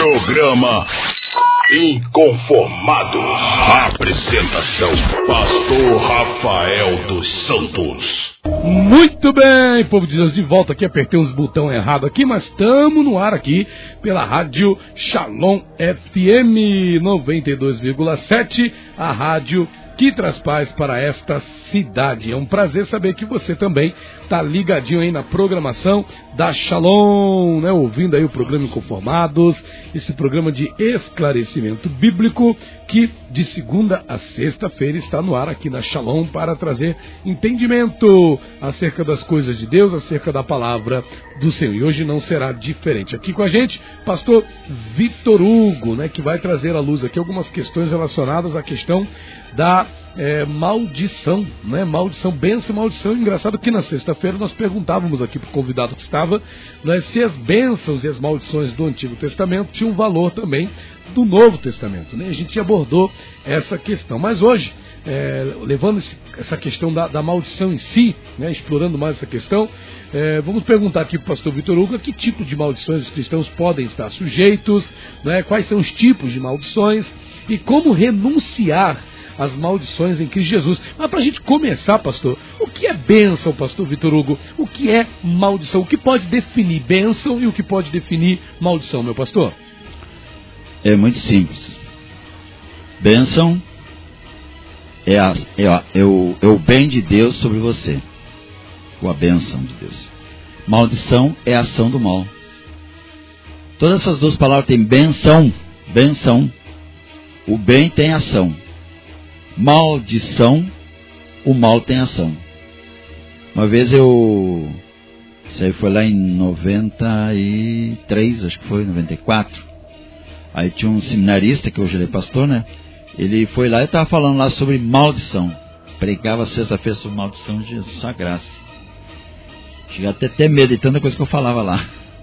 Programa Inconformados. Apresentação: Pastor Rafael dos Santos. Muito bem, povo de Deus, de volta aqui. Apertei uns botões errados aqui, mas estamos no ar aqui pela rádio Shalom FM 92,7, a rádio que traz paz para esta cidade. É um prazer saber que você também está ligadinho aí na programação da Shalom, né? Ouvindo aí o programa Inconformados, esse programa de esclarecimento bíblico que de segunda a sexta-feira está no ar aqui na Shalom para trazer entendimento acerca das coisas de Deus, acerca da palavra do Senhor. E hoje não será diferente. Aqui com a gente, pastor Vitor Hugo, né? Que vai trazer à luz aqui algumas questões relacionadas à questão da maldição, né? Maldição, bênção e maldição. Engraçado que na sexta-feira nós perguntávamos aqui para o convidado que estava, né, se as bênçãos e as maldições do Antigo Testamento tinham valor também do Novo Testamento, né? A gente abordou essa questão, mas hoje, levando essa questão da maldição em si, né, explorando mais essa questão, vamos perguntar aqui para o pastor Vitor Hugo a que tipo de maldições os cristãos podem estar sujeitos, né, quais são os tipos de maldições e como renunciar as maldições em Cristo Jesus. Mas para a gente começar, pastor, o que é bênção, pastor Vitor Hugo? O que é maldição? O que pode definir bênção e o que pode definir maldição, meu pastor? É muito simples. Bênção é o bem de Deus sobre você, ou a bênção de Deus. Maldição é a ação do mal. Todas essas duas palavras têm benção. O bem tem ação. Maldição, o mal tem ação. Uma vez isso aí foi lá em 93, acho que foi, 94. Aí tinha um seminarista, que hoje ele é pastor, né? Ele foi lá e estava falando lá sobre maldição. Pregava sexta-feira sobre maldição de Jesus, a graça. Cheguei até a ter medo de tanta coisa que eu falava lá.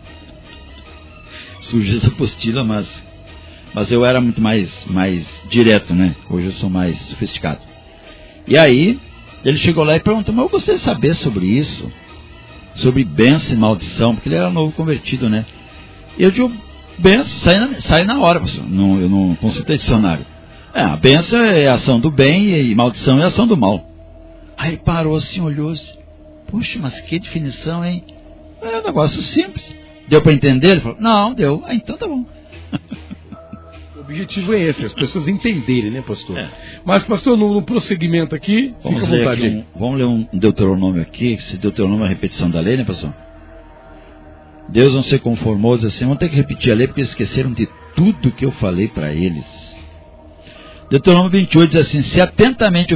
Surgiu essa apostila, mas eu era muito mais direto, né? Hoje eu sou mais sofisticado. E aí, ele chegou lá e perguntou, mas eu gostaria de saber sobre isso, sobre bênção e maldição, porque ele era novo convertido, né? E eu digo, bênção, sai na hora, pastor. Eu não consultei dicionário. A bênção é a ação do bem e maldição é a ação do mal. Aí parou assim, olhou assim, poxa, mas que definição, hein? É um negócio simples. Deu para entender? Ele falou, não, deu. Então tá bom. O objetivo é esse, as pessoas entenderem, né, pastor? Mas, pastor, no prosseguimento aqui, vamos fica à vontade aí. Vamos ler um Deuteronômio aqui, se Deuteronômio é a repetição da lei, né, pastor? Deus não se conformou, diz assim, vamos ter que repetir a lei, porque eles esqueceram de tudo que eu falei para eles. Deuteronômio 28 diz assim, se atentamente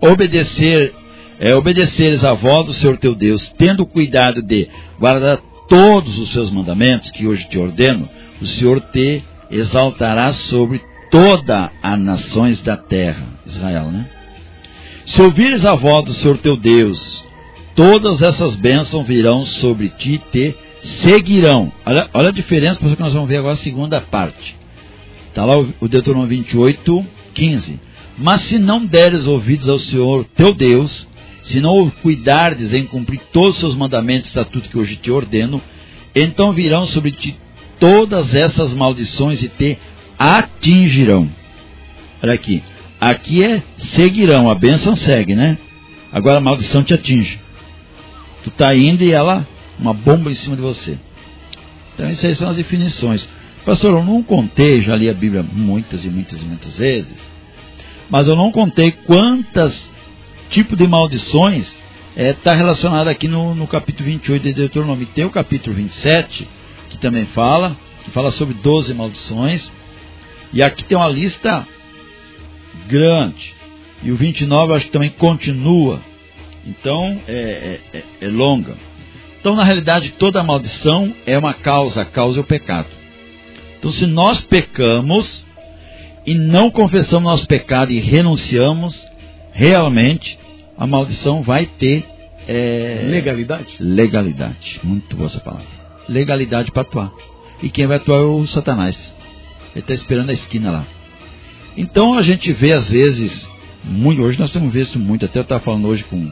obedeceres à voz do Senhor teu Deus, tendo cuidado de guardar todos os seus mandamentos, que hoje te ordeno, o Senhor te exaltará sobre toda as nações da terra, Israel, né? Se ouvires a voz do Senhor teu Deus, todas essas bênçãos virão sobre ti e te seguirão. Olha a diferença, porque nós vamos ver agora a segunda parte. Está lá o Deuteronômio 28, 15. Mas se não deres ouvidos ao Senhor teu Deus, se não cuidardes em cumprir todos os seus mandamentos e estatutos que hoje te ordeno, então virão sobre ti todas essas maldições e te atingirão. Olha aqui. Aqui é seguirão. A bênção segue, né? Agora a maldição te atinge. Tu está indo e ela, uma bomba em cima de você. Então essas são as definições. Pastor, eu não contei, já li a Bíblia muitas e muitas vezes, mas eu não contei quantas tipos de maldições está relacionado aqui no capítulo 28 de Deuteronômio. Tem o capítulo 27, que também fala sobre 12 maldições, e aqui tem uma lista grande, e o 29 eu acho que também continua, então é longa. Então na realidade toda maldição é uma causa, a causa é o pecado. Então se nós pecamos e não confessamos nosso pecado e renunciamos, realmente a maldição vai ter legalidade, muito boa essa palavra, legalidade para atuar. E quem vai atuar é o Satanás. Ele está esperando a esquina lá. Então a gente vê às vezes, muito, hoje nós temos visto muito, até eu estava falando hoje com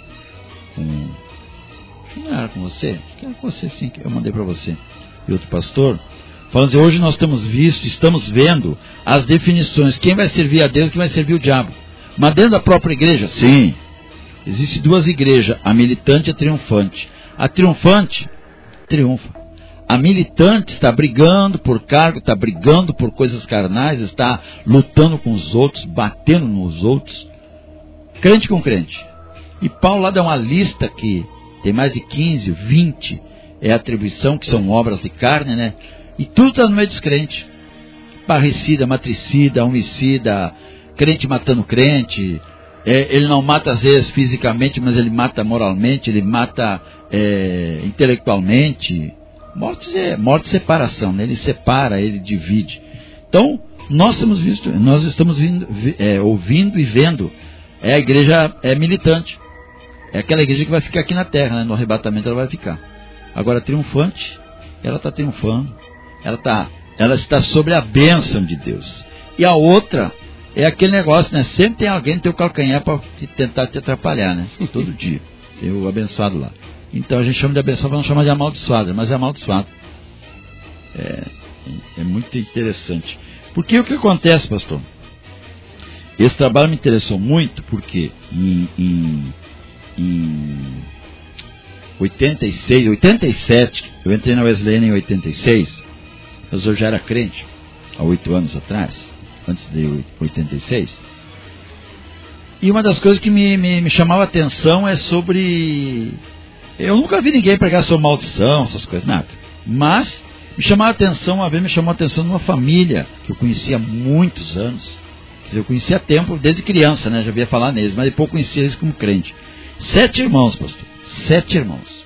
não era com você? Acho que era com você sim, que eu mandei para você. E outro pastor, Falando assim, hoje nós estamos vendo as definições, quem vai servir a Deus e quem vai servir o diabo. Mas dentro da própria igreja, sim, existem duas igrejas, a militante e a triunfante. A triunfante triunfa. A militante está brigando por cargo, está brigando por coisas carnais, está lutando com os outros, batendo nos outros. Crente com crente. E Paulo lá dá uma lista que tem mais de 15, 20, é atribuição, que são obras de carne, né? E tudo está no meio dos crentes. Parricida, matricida, homicida, crente matando crente. Ele não mata às vezes fisicamente, mas ele mata moralmente, ele mata intelectualmente. Morte é separação, né? Ele separa, ele divide. Então, nós estamos ouvindo e vendo. A igreja militante. É aquela igreja que vai ficar aqui na terra, né? No arrebatamento ela vai ficar. Agora, triunfante, ela está triunfando. Ela está sobre a bênção de Deus. E a outra é aquele negócio, né? Sempre tem alguém no teu calcanhar para tentar te atrapalhar, né? Todo dia. Tem o abençoado lá. Então a gente chama de abençoado para não chamar de amaldiçoado, mas é amaldiçoado. É muito interessante. Porque o que acontece, pastor? Esse trabalho me interessou muito porque em 87, eu entrei na Wesleyana em 86, mas eu já era crente, há 8 anos atrás, antes de 86. E uma das coisas que me chamava a atenção é sobre... Eu nunca vi ninguém pregar sobre maldição, essas coisas, nada. Mas me chamava a atenção, uma vez me chamou a atenção de uma família que eu conhecia há muitos anos. Quer dizer, eu conhecia há tempo, desde criança, né? Já havia falar neles, mas depois eu conhecia eles como crente. 7 irmãos, pastor. 7 irmãos.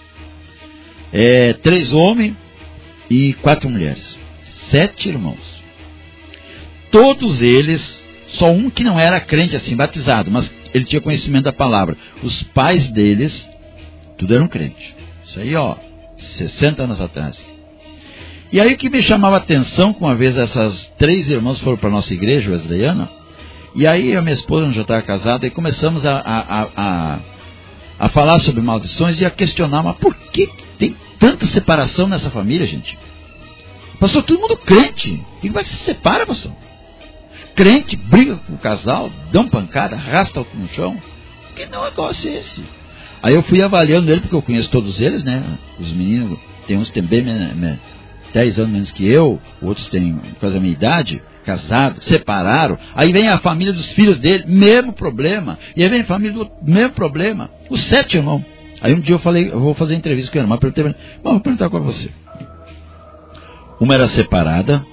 3 homens e 4 mulheres. 7 irmãos. Todos eles, só um que não era crente assim, batizado, mas ele tinha conhecimento da palavra. Os pais deles, tudo eram crente. Isso aí, 60 anos atrás. E aí o que me chamava a atenção, que uma vez essas 3 irmãs foram para a nossa igreja wesleyana, e aí a minha esposa já estava casada, e começamos a falar sobre maldições e a questionar, mas por que tem tanta separação nessa família, gente? Pastor, todo mundo crente. E como é que se separa, pastor? Crente briga com o casal, dão pancada, arrasta no chão. Que negócio é esse? Aí eu fui avaliando ele, porque eu conheço todos eles, né? Os meninos, tem uns que têm bem 10 anos menos que eu, outros têm quase a minha idade, casados, separaram. Aí vem a família dos filhos dele, mesmo problema. E aí vem a família do mesmo problema. Os 7 irmãos. Aí um dia eu falei, eu vou fazer entrevista com a irmã, vou perguntar com você. Uma era separada,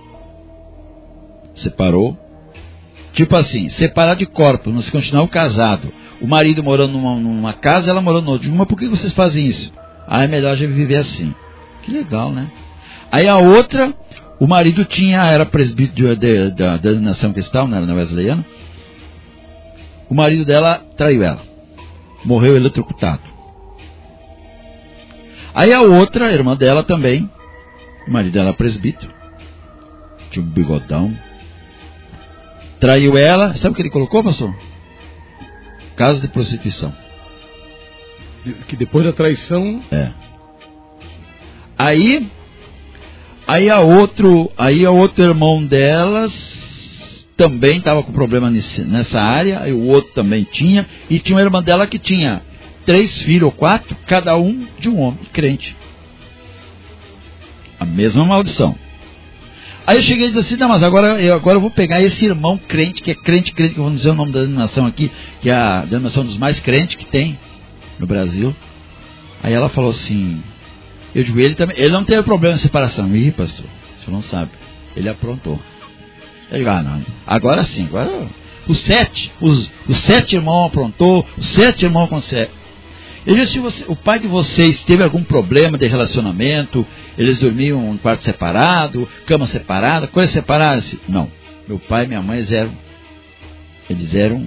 separou, tipo assim, separar de corpo, não se continuar casado. O marido morando numa casa, ela morando noutra. Mas por que vocês fazem isso? É melhor a gente viver assim. Que legal, né? Aí a outra, o marido era presbítero da denominação cristã, na wesleyana. O marido dela traiu ela. Morreu eletrocutado. Aí a outra, a irmã dela também, o marido dela presbítero, tinha um bigodão, traiu ela. Sabe o que ele colocou, pastor? Casa de prostituição. Que depois da traição... Aí a outro irmão delas também estava com problema nessa área, e o outro também tinha, e tinha uma irmã dela que tinha 3 filhos ou 4, cada um de um homem crente. A mesma maldição. Aí eu cheguei e disse assim, não, mas agora eu vou pegar esse irmão crente, que é crente, que vamos dizer o nome da denominação aqui, que é a denominação dos mais crentes que tem no Brasil. Aí ela falou assim, eu digo, ele não teve problema de separação. Ih, pastor, você não sabe. Ele aprontou. Eu digo, não. Agora sim, agora os 7 irmãos aprontou, os 7 irmãos aconteceram. Ele disse, o pai de vocês teve algum problema de relacionamento? Eles dormiam em quarto separado, cama separada, coisa separada? Não. Meu pai e minha mãe eles eram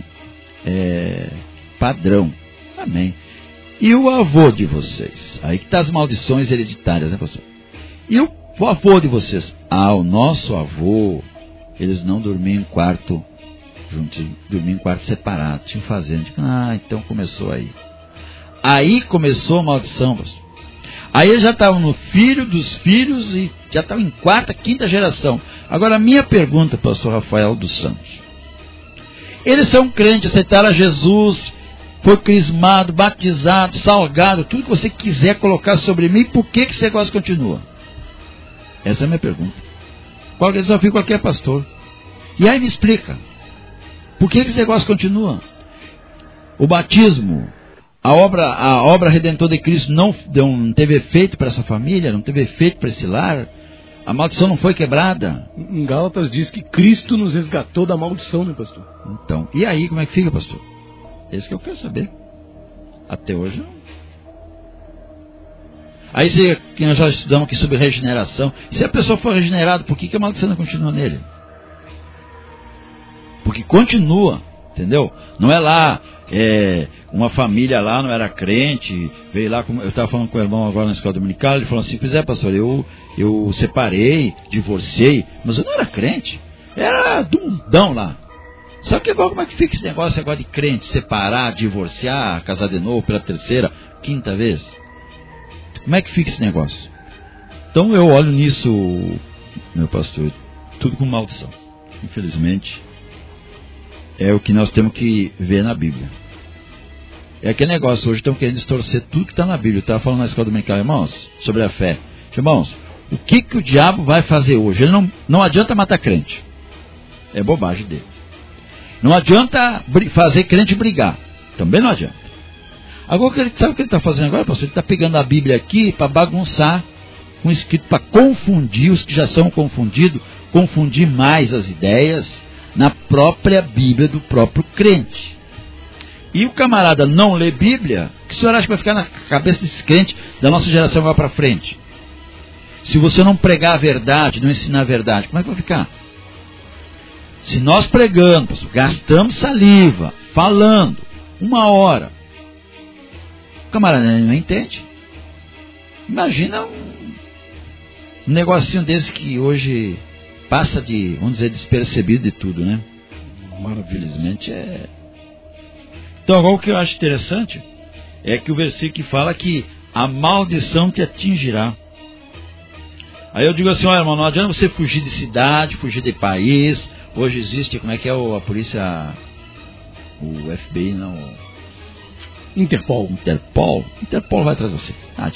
padrão. Amém. E o avô de vocês? Aí que está as maldições hereditárias, né, pastor? E o avô de vocês? O nosso avô, eles não dormiam em quarto juntos, dormiam em quarto separado, tinham fazenda. Então começou aí. Aí começou a maldição, pastor. Aí eles já estavam no filho dos filhos e já estavam em quarta, quinta geração. Agora, a minha pergunta, pastor Rafael dos Santos. Eles são crentes, aceitaram a Jesus, foi crismado, batizado, salgado, tudo que você quiser colocar sobre mim, por que esse negócio continua? Essa é a minha pergunta. Qual é o desafio de qualquer pastor? E aí me explica, por que esse negócio continua? O batismo, a obra redentora de Cristo não teve efeito para essa família, não teve efeito para esse lar? A maldição não foi quebrada? Em Gálatas diz que Cristo nos resgatou da maldição, né, pastor? Então, e aí como é que fica, pastor? Esse que eu quero saber. Até hoje não. Aí que nós já estudamos aqui sobre regeneração. Se a pessoa for regenerada, por que a maldição não continua nele? Porque continua, entendeu? Não é lá, uma família lá não era crente, veio lá, eu estava falando com o irmão agora na escola dominical, ele falou assim, pois é, pastor, eu separei, divorciei, mas eu não era crente, era dundão lá. Só que igual como é que fica esse negócio de crente, separar, divorciar, casar de novo pela terceira, quinta vez? Como é que fica esse negócio? Então eu olho nisso, meu pastor, tudo com maldição. Infelizmente, é o que nós temos que ver na Bíblia. É aquele negócio, hoje estão querendo distorcer tudo que está na Bíblia. Eu estava falando na escola dominical, irmãos, sobre a fé. Irmãos, o que o diabo vai fazer hoje? Ele não adianta matar crente. É bobagem dele. Não adianta fazer crente brigar. Também não adianta. Agora, sabe o que ele está fazendo agora, pastor? Ele está pegando a Bíblia aqui para bagunçar com escrito, para confundir os que já são confundidos, confundir mais as ideias na própria Bíblia do próprio crente. E o camarada não lê Bíblia, o que o senhor acha que vai ficar na cabeça desse crente da nossa geração vai para frente? Se você não pregar a verdade, não ensinar a verdade, como é que vai ficar? Se nós pregamos, gastamos saliva, falando, 1 hora, o camarada não entende. Imagina um negocinho desse que hoje passa de, vamos dizer, despercebido de tudo, né? Maravilhosamente é. Então agora o que eu acho interessante é que o versículo que fala que a maldição te atingirá. Aí eu digo assim, olha irmão, não adianta você fugir de cidade, fugir de país. Hoje existe, como é que é a polícia, o FBI, não... Interpol vai atrás de você.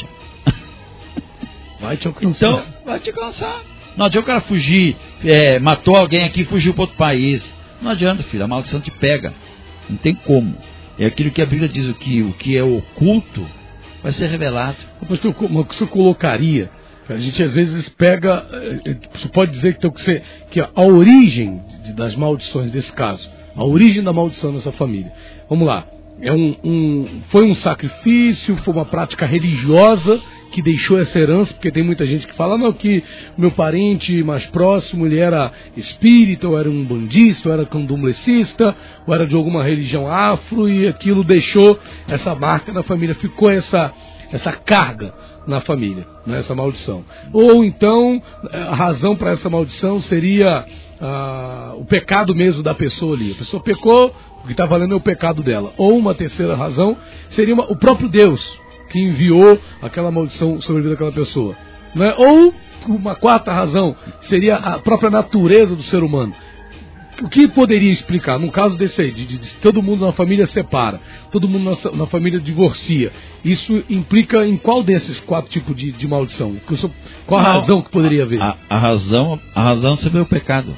Vai te alcançar. Então, vai te alcançar. Não adianta o cara fugir, matou alguém aqui e fugiu para outro país. Não adianta, filho, a maldição te pega. Não tem como. É aquilo que a Bíblia diz, o que é oculto vai ser revelado. Pastor, como que você colocaria? A gente às vezes pega, você pode dizer que a origem das maldições desse caso, a origem da maldição nessa família. Vamos lá. Foi um sacrifício, foi uma prática religiosa que deixou essa herança, porque tem muita gente que fala, não, que meu parente mais próximo, ele era espírita, ou era um bandista, ou era candomblessista, ou era de alguma religião afro, e aquilo deixou essa marca na família, ficou essa carga na família, né, essa maldição. Ou então, a razão para essa maldição seria o pecado mesmo da pessoa ali. A pessoa pecou, o que está valendo é o pecado dela. Ou uma terceira razão seria o próprio Deus que enviou aquela maldição sobre a vida daquela pessoa, né? Ou uma quarta razão seria a própria natureza do ser humano. O que poderia explicar, num caso desse aí, de todo mundo na família separa, todo mundo na família divorcia, isso implica em qual desses 4 tipos de maldição? Qual a razão que poderia haver? A razão seria o pecado.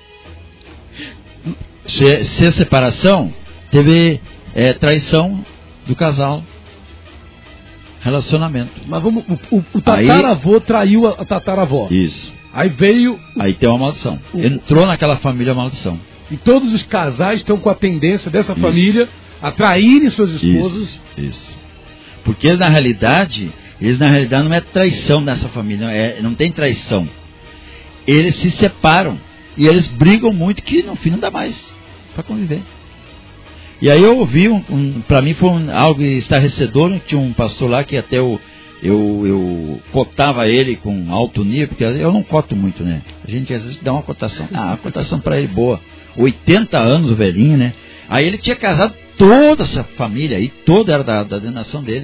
Se a separação, teve traição do casal, relacionamento. Mas o tataravô traiu a tataravó. Isso. Aí veio... Aí tem uma maldição. Entrou naquela família a maldição. E todos os casais estão com a tendência dessa família a traírem suas esposas. Isso. Porque na realidade não é traição nessa família, não tem traição. Eles se separam e eles brigam muito que no fim não dá mais para conviver. E aí eu ouvi, para mim foi algo estarrecedor, né? Tinha um pastor lá que até eu cotava ele com alto nível, porque eu não coto muito, né? A gente às vezes dá uma cotação. A cotação para ele boa. 80 anos o velhinho, né? Aí ele tinha casado toda essa família aí, toda era da denominação dele.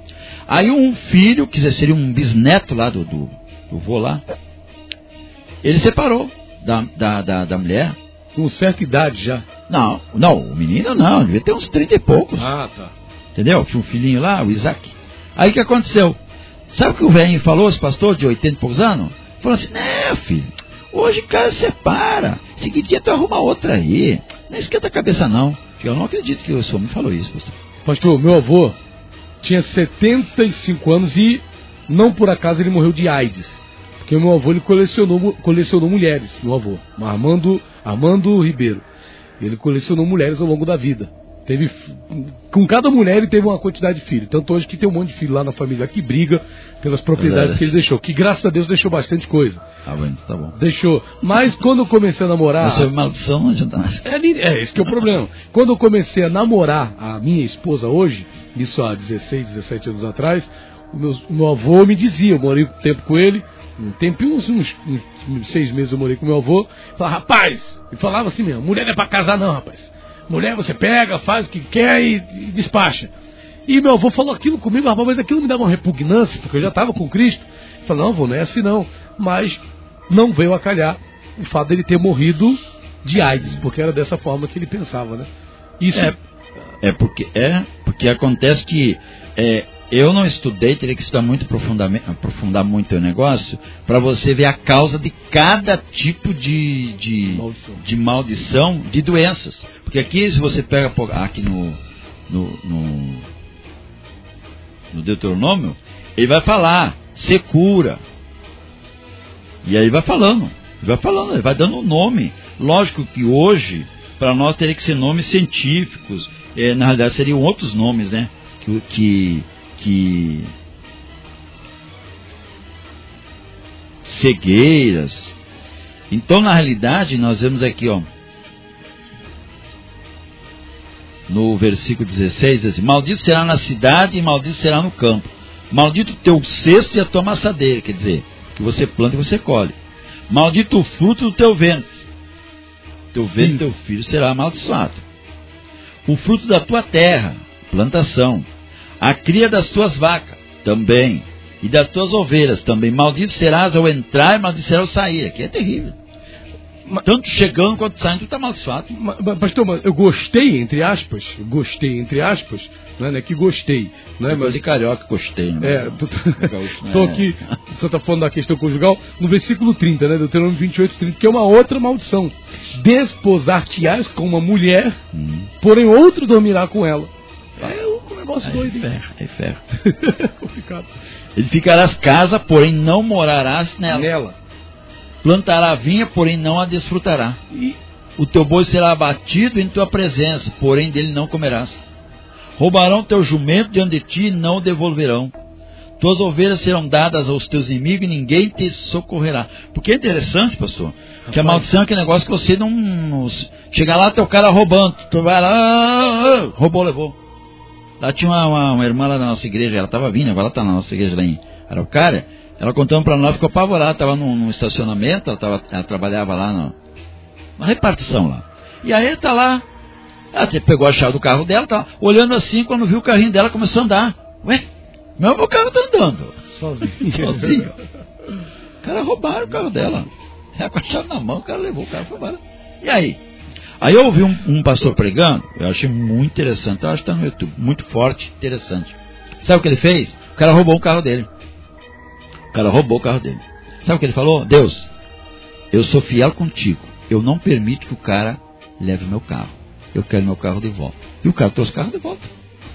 Aí um filho, que seria um bisneto lá do vô lá, ele separou da mulher. Com certa idade já. Não, o menino não, devia ter uns 30 e poucos. Ah, tá. Entendeu? Tinha um filhinho lá, o Isaac. Aí o que aconteceu? Sabe o que o velhinho falou, esse pastor de 80 e poucos anos? Falou assim, né, filho, hoje cara separa, seguinte dia tu arruma outra aí, não esquenta a cabeça não. Eu não acredito que o senhor me falou isso, pastor. Pastor, meu avô tinha 75 anos e não por acaso ele morreu de AIDS. Porque o meu avô ele colecionou mulheres, meu avô, Armando Ribeiro. Ele colecionou mulheres ao longo da vida. Com cada mulher ele teve uma quantidade de filhos. Tanto hoje que tem um monte de filho lá na família que briga pelas propriedades que ele deixou. Que graças a Deus deixou bastante coisa. Ah, bom, tá bom. Deixou. Mas quando eu comecei a namorar... Isso é maldição, não adianta nada. Esse que é o problema. Quando eu comecei a namorar a minha esposa hoje, isso há 16, 17 anos atrás, o meu avô me dizia, eu morei um tempo com ele, um tempo, uns 6 meses eu morei com meu avô, falava, rapaz, ele falava assim mesmo, mulher não é pra casar não, rapaz. Mulher você pega, faz o que quer e despacha. E meu avô falou aquilo comigo, rapaz, mas aquilo me dava uma repugnância, porque eu já estava com Cristo. Eu falei, não, avô, não é assim não. Mas não veio a calhar o fato dele ter morrido de AIDS, porque era dessa forma que ele pensava, né? Isso porque acontece que eu não estudei, teria que estudar muito aprofundar muito o negócio, para você ver a causa de cada tipo de maldição, de doenças. Porque aqui, se você pega aqui no Deuteronômio, ele vai falar, se cura. E aí vai falando, ele vai dando um nome. Lógico que hoje, para nós, teria que ser nomes científicos. Na realidade, seriam outros nomes, né? Que cegueiras. Então, na realidade, nós vemos aqui, ó, no versículo 16, diz assim, maldito será na cidade e maldito será no campo. Maldito o teu cesto e a tua maçadeira, quer dizer, que você planta e você colhe. Maldito o fruto do teu ventre. Teu ventre e teu filho será amaldiçoado. O fruto da tua terra, plantação. A cria das tuas vacas, também. E das tuas ovelhas, também. Maldito serás ao entrar e maldito serás ao sair. Aqui é terrível. Tanto chegando quanto saindo, tu está amaldiçoado. Pastor, mas eu gostei, entre aspas, não é que gostei. Não é, mas de carioca, gostei. Né? Estou aqui, você está falando da questão conjugal, no versículo 30, né, Deuteronômio 28, 30, que é uma outra maldição. Desposar-te-ás com uma mulher, porém outro dormirá com ela. É um negócio doido. É ferro. É complicado. Edificarás casa, porém não morarás nela. Plantará vinha, porém não a desfrutará. E o teu boi será abatido em tua presença, porém dele não comerás. Roubarão teu jumento diante de ti e não o devolverão. Tuas ovelhas serão dadas aos teus inimigos e ninguém te socorrerá. Porque é interessante, pastor, que a maldição é aquele negócio que você não... Chega lá, teu cara roubando. Tu vai lá, roubou, levou. Lá tinha uma irmã lá da nossa igreja, ela estava vindo, agora ela está na nossa igreja lá em Araucária. Ela contando para nós, ficou apavorada, estava num estacionamento, ela trabalhava lá na repartição lá. E aí está lá, ela pegou a chave do carro dela, tá olhando assim, quando viu o carrinho dela, começou a andar. Ué, meu carro está andando. Sozinho. O cara roubaram o carro dela. Ela com a chave na mão, o cara levou o carro e foi embora. E aí? Aí eu ouvi um pastor pregando, eu achei muito interessante, eu acho que está no YouTube, muito forte, interessante. Sabe o que ele fez? O cara roubou o carro dele. Sabe o que ele falou? Deus, eu sou fiel contigo, eu não permito que o cara leve meu carro. Eu quero meu carro de volta. E o cara trouxe o carro de volta.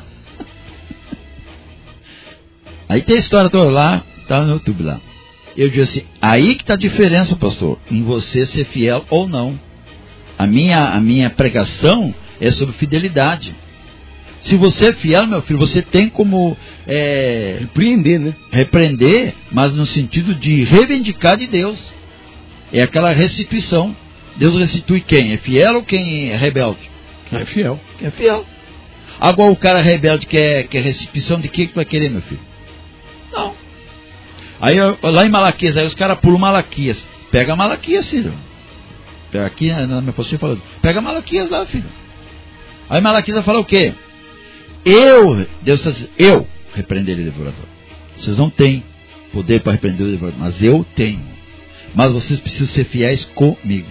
Aí tem a história toda lá, está no YouTube lá. Eu disse assim, aí que está a diferença, pastor, em você ser fiel ou não. A minha pregação é sobre fidelidade. Se você é fiel, meu filho, você tem como repreender, né? Repreender, mas no sentido de reivindicar de Deus. É aquela restituição. Deus restitui quem? É fiel ou quem é rebelde? Quem é fiel. Quem é fiel. Agora o cara rebelde quer restituição de que tu vai querer, meu filho? Não. Aí lá em Malaquias, aí os caras pulam Malaquias. Pega Malaquias, filho. Aqui na minha postura falando, pega Malaquias lá, filho. Aí Malaquias vai falar o quê? Deus está dizendo, repreender o devorador. Vocês não têm poder para repreender o devorador, mas eu tenho. Mas vocês precisam ser fiéis comigo.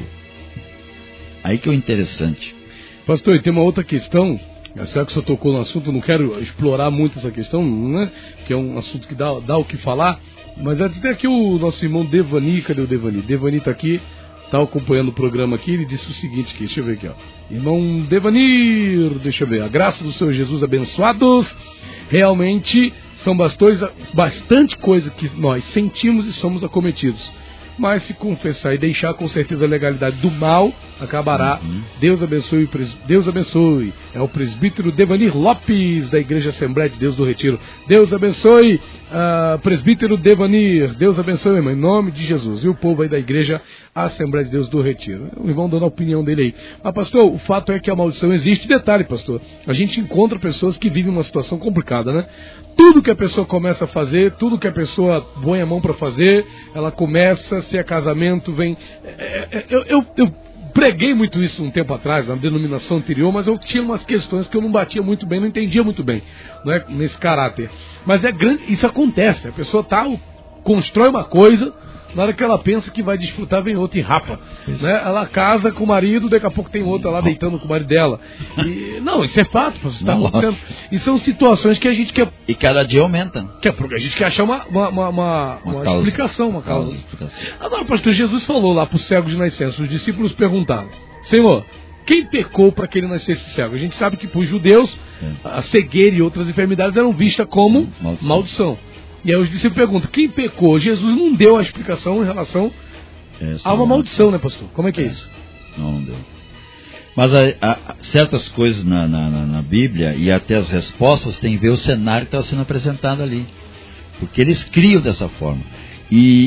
Aí que é o interessante. Pastor, e tem uma outra questão. Será que o senhor tocou no assunto? Eu não quero explorar muito essa questão, né? Que é um assunto que dá o que falar. Mas até aqui o nosso irmão Devani, cadê o Devani? Devani está aqui, está acompanhando o programa aqui. Ele disse o seguinte aqui, deixa eu ver aqui, ó. Irmão Devani, deixa eu ver. A graça do Senhor Jesus abençoados. Realmente são bastante coisa que nós sentimos e somos acometidos. Mas se confessar e deixar, com certeza a legalidade do mal acabará. Deus abençoe. Deus abençoe. É o presbítero Devanir Lopes, da Igreja Assembleia de Deus do Retiro. Deus abençoe, presbítero Devanir. Deus abençoe, irmão, em nome de Jesus. E o povo aí da Igreja Assembleia de Deus do Retiro. O irmão dando a opinião dele aí. Mas, pastor, o fato é que a maldição existe. Detalhe, pastor, a gente encontra pessoas que vivem uma situação complicada, né? Tudo que a pessoa começa a fazer, tudo que a pessoa põe a mão para fazer, ela começa, se é casamento, vem... Eu preguei muito isso um tempo atrás, na denominação anterior, mas eu tinha umas questões que eu não batia muito bem, não entendia muito bem, né, nesse caráter. Mas é grande, isso acontece, a pessoa constrói uma coisa, na hora que ela pensa que vai desfrutar, vem outra e rapa. Né? Ela casa com o marido, daqui a pouco tem outra lá deitando com o marido dela. Não, isso é fato, está acontecendo. E são situações que a gente quer... E cada dia aumenta. A gente quer achar uma explicação, uma causa. Agora, pastor, Jesus falou lá para os cegos de nascença, os discípulos perguntaram: Senhor, quem pecou para que ele nascesse cego? A gente sabe que para os judeus, a cegueira e outras enfermidades eram vistas como maldição. E aí os discípulos perguntam, quem pecou? Jesus não deu a explicação em relação a uma maldição, né, pastor? Como é que é isso? Não deu. Mas certas coisas na Bíblia e até as respostas tem a ver o cenário que estava sendo apresentado ali. Porque eles criam dessa forma. E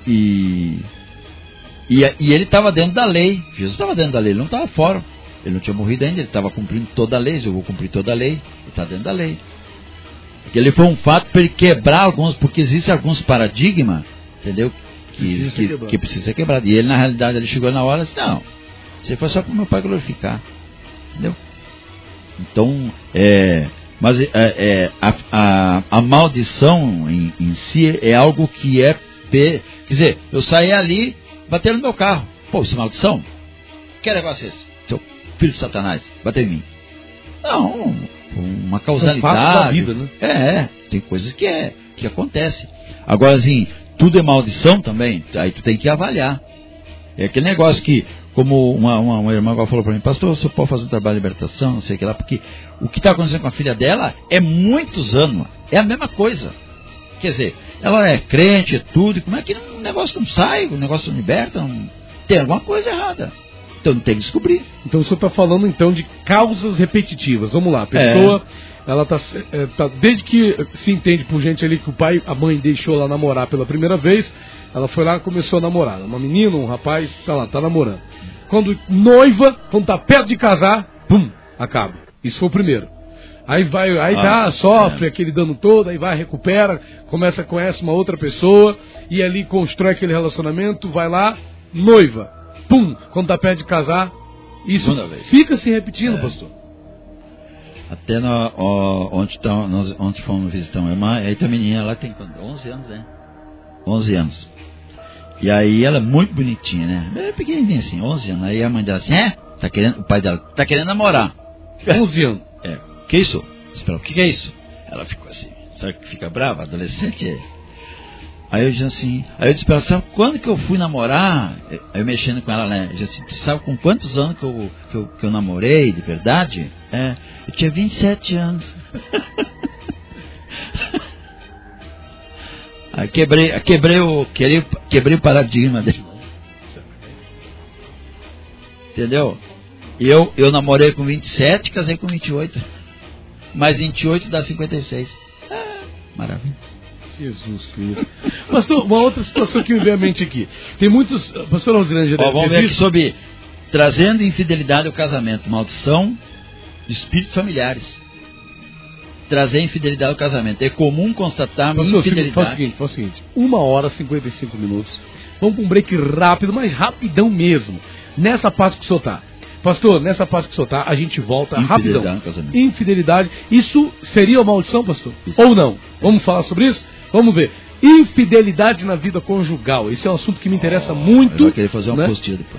ele estava dentro da lei. Jesus estava dentro da lei, ele não estava fora. Ele não tinha morrido ainda, ele estava cumprindo toda a lei. Eu vou cumprir toda a lei. Ele está dentro da lei. Porque ele foi um fato para ele quebrar alguns, porque existem alguns paradigmas, entendeu? Que precisa ser quebrado. E ele, na realidade, ele chegou na hora e disse, não, isso foi só para o meu pai glorificar. Entendeu? Então, mas a maldição em si é algo que quer dizer, eu saí ali, bateram no meu carro. Pô, isso é maldição? Que negócio é esse? Seu filho de Satanás, bateu em mim. Não, uma causalidade. Da vida, né? Tem coisas que acontecem. Agora, assim, tudo é maldição também, aí tu tem que avaliar. É aquele negócio que, como uma irmã falou para mim, pastor, você pode fazer um trabalho de libertação, não sei o que lá, porque o que está acontecendo com a filha dela é muitos anos, é a mesma coisa. Quer dizer, ela é crente, é tudo, como é que o negócio não sai, o negócio não liberta, tem alguma coisa errada. Então tem que descobrir. Então o senhor está falando então de causas repetitivas. Vamos lá, a pessoa, ela tá desde que se entende por gente ali que a mãe deixou ela namorar pela primeira vez, ela foi lá e começou a namorar. Uma menina, um rapaz, tá namorando. Quando noiva, quando tá perto de casar, pum, acaba. Isso foi o primeiro. Aí sofre aquele dano todo, aí vai, recupera, conhece uma outra pessoa, e ali constrói aquele relacionamento, vai lá, noiva. Pum, quando está perto de casar, isso fica se repetindo, pastor. Até ontem fomos visitar uma irmã, aí tem a menina, ela tem 11 anos, né? 11 anos. E aí ela é muito bonitinha, né? É pequenininha assim, 11 anos. Aí a mãe dela assim, o pai dela tá querendo namorar. 11 anos. Que isso? Espera, o que é isso? Ela ficou assim, sabe que fica brava? Adolescente Aí eu disse assim, para ela, sabe quando que eu fui namorar? Eu mexendo com ela, né? Eu disse, sabe com quantos anos que eu namorei, de verdade? Eu tinha 27 anos. Aí quebrei o paradigma dele. Entendeu? E eu namorei com 27, casei com 28. Mais 28 dá 56. Maravilha. Jesus Cristo. Pastor, uma outra situação que me veio à mente aqui. Tem muitos... Pastor Rosilândia... Vamos ver aqui sobre trazendo infidelidade ao casamento. Maldição de espíritos familiares. Trazer infidelidade ao casamento. É comum constatar infidelidade. Faz o seguinte. 1h e 55 minutos. Vamos para um break rápido, mas rapidão mesmo. Nessa parte que o senhor está. Pastor, nessa parte que o senhor está, a gente volta rapidão. Casamento. Infidelidade. Isso seria uma maldição, pastor? Isso. Ou não? Vamos falar sobre isso? Vamos ver. Infidelidade na vida conjugal. Esse é um assunto que me interessa muito. Eu vou querer fazer uma né? postilha depois.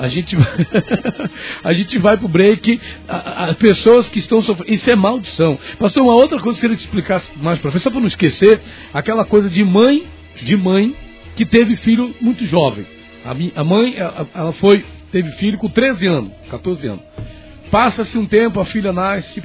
A gente vai pro break. As pessoas que estão sofrendo. Isso é maldição. Pastor, uma outra coisa que eu queria te explicar mais pra frente, só para não esquecer, aquela coisa de mãe que teve filho muito jovem. A mãe, ela teve filho com 13 anos, 14 anos. Passa-se um tempo, a filha nasce,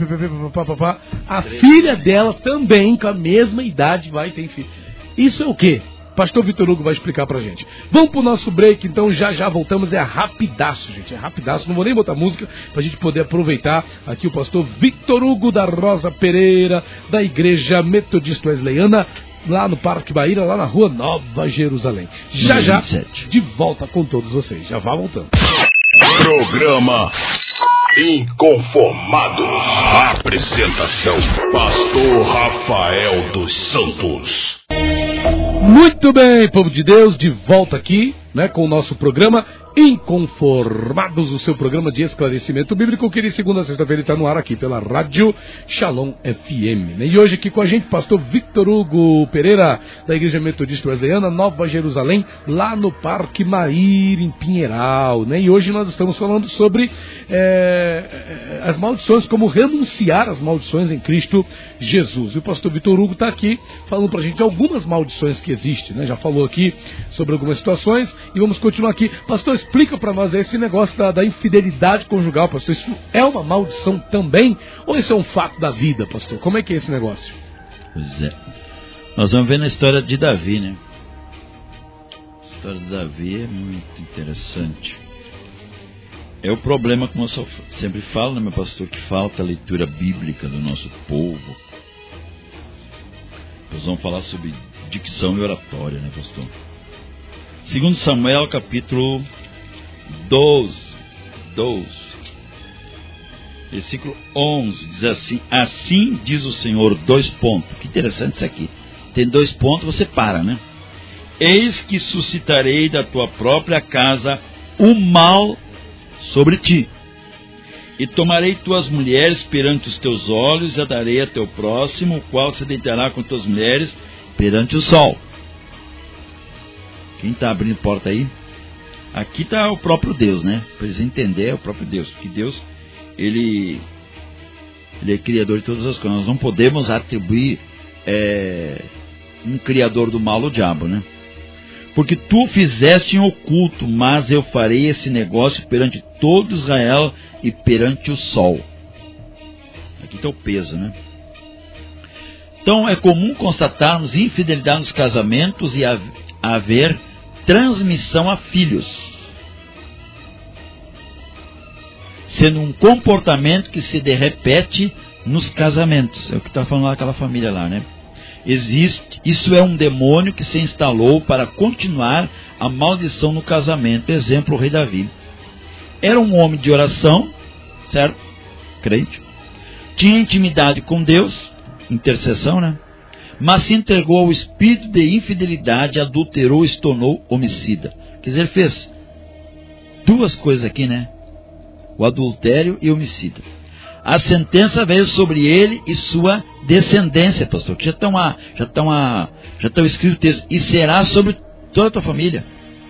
a filha dela também, com a mesma idade, vai ter filho. Isso é o quê? Pastor Vitor Hugo vai explicar pra gente. Vamos pro nosso break, então já voltamos. É rapidaço, gente, é rapidaço. Não vou nem botar música pra gente poder aproveitar aqui o pastor Vitor Hugo da Rosa Pereira, da Igreja Metodista Wesleyana, lá no Parque Maíra, lá na Rua Nova Jerusalém. Já, de volta com todos vocês. Já vá voltando. Programa Inconformados. Apresentação: Pastor Rafael dos Santos. Muito bem, povo de Deus, de volta aqui, né, com o nosso programa Inconformados, o seu programa de esclarecimento bíblico, que de segunda a sexta-feira está no ar aqui pela Rádio Shalom FM. Né? E hoje aqui com a gente, pastor Vitor Hugo Pereira, da Igreja Metodista Wesleyana, Nova Jerusalém, lá no Parque Maíra, em Pinheiral. Né? E hoje nós estamos falando sobre as maldições, como renunciar às maldições em Cristo Jesus. E o pastor Vitor Hugo está aqui falando para a gente de algumas maldições que existem. Né? Já falou aqui sobre algumas situações e vamos continuar aqui. Pastor, explica para nós esse negócio da infidelidade conjugal, pastor. Isso é uma maldição também? Ou isso é um fato da vida, pastor? Como é que é esse negócio? Pois é. Nós vamos ver na história de Davi, né? A história de Davi é muito interessante. É o problema, como eu sempre falo, né, meu pastor, que falta a leitura bíblica do nosso povo. Nós vamos falar sobre dicção e oratória, né, pastor? 2 Samuel, capítulo 12, versículo 11, diz assim: assim diz o Senhor, 2 pontos. Que interessante isso aqui. Tem 2 pontos, você para, né? Eis que suscitarei da tua própria casa o mal sobre ti, e tomarei tuas mulheres perante os teus olhos, e a darei a teu próximo, o qual se deitará com tuas mulheres perante o sol. Quem está abrindo porta aí? Aqui está o próprio Deus, né? Para eles entenderem, é o próprio Deus. Porque Deus, Ele é criador de todas as coisas. Nós não podemos atribuir um criador do mal ao diabo, né? Porque tu fizeste em oculto, mas eu farei esse negócio perante todo Israel e perante o sol. Aqui está o peso, né? Então é comum constatarmos infidelidade nos casamentos e haver transmissão a filhos, sendo um comportamento que se repete nos casamentos. É o que está falando lá aquela família lá, né? Isso é um demônio que se instalou para continuar a maldição no casamento. Exemplo, o rei Davi. Era um homem de oração, certo? Crente. Tinha intimidade com Deus, intercessão, né? Mas se entregou ao espírito de infidelidade, adulterou e se tornou homicida. Quer dizer, ele fez 2 coisas aqui, né? O adultério e o homicida. A sentença veio sobre ele e sua descendência, pastor. Que já está escrito o texto. E será sobre toda a tua família.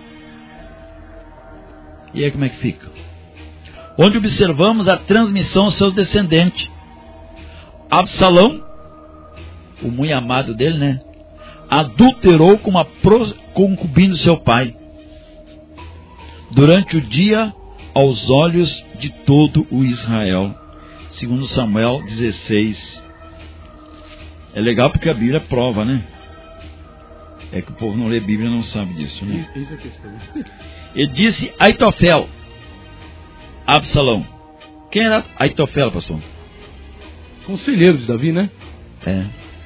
E aí como é que fica? Onde observamos a transmissão aos seus descendentes. Absalão, o muito amado dele, né? Adulterou com uma concubina do seu pai. Durante o dia, aos olhos de todo o Israel. 2 Samuel 16. É legal porque a Bíblia prova, né? É que o povo não lê Bíblia e não sabe disso, né? Isso é a questão. Ele disse Aitofel, Absalão. Quem era Aitofel, pastor? Conselheiro de Davi, né? É.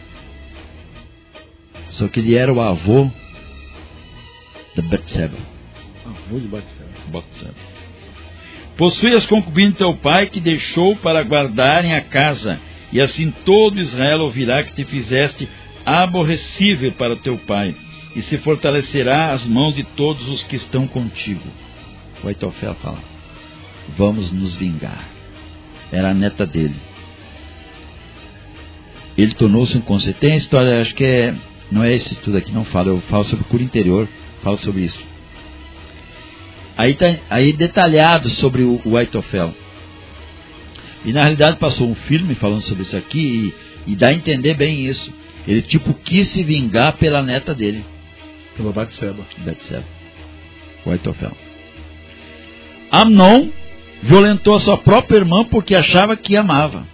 Só que ele era o avô de Betseba. Avô de Betseba. Possui as concubinas de teu pai, que deixou para guardarem a casa, e assim todo Israel ouvirá que te fizeste aborrecível para teu pai, e se fortalecerá as mãos de todos os que estão contigo. O Aitofel fala. vamos nos vingar. Era a neta dele. Ele tornou-se inconsciente. Tem a história, acho que não é esse estudo aqui, não fala. Eu falo sobre cura interior, falo sobre isso. Aí detalhado sobre o Aitofel. E na realidade passou um filme falando sobre isso aqui e dá a entender bem isso. Ele quis se vingar pela neta dele. Pela Batseba. O Aitofel. Amnon violentou a sua própria irmã porque achava que amava.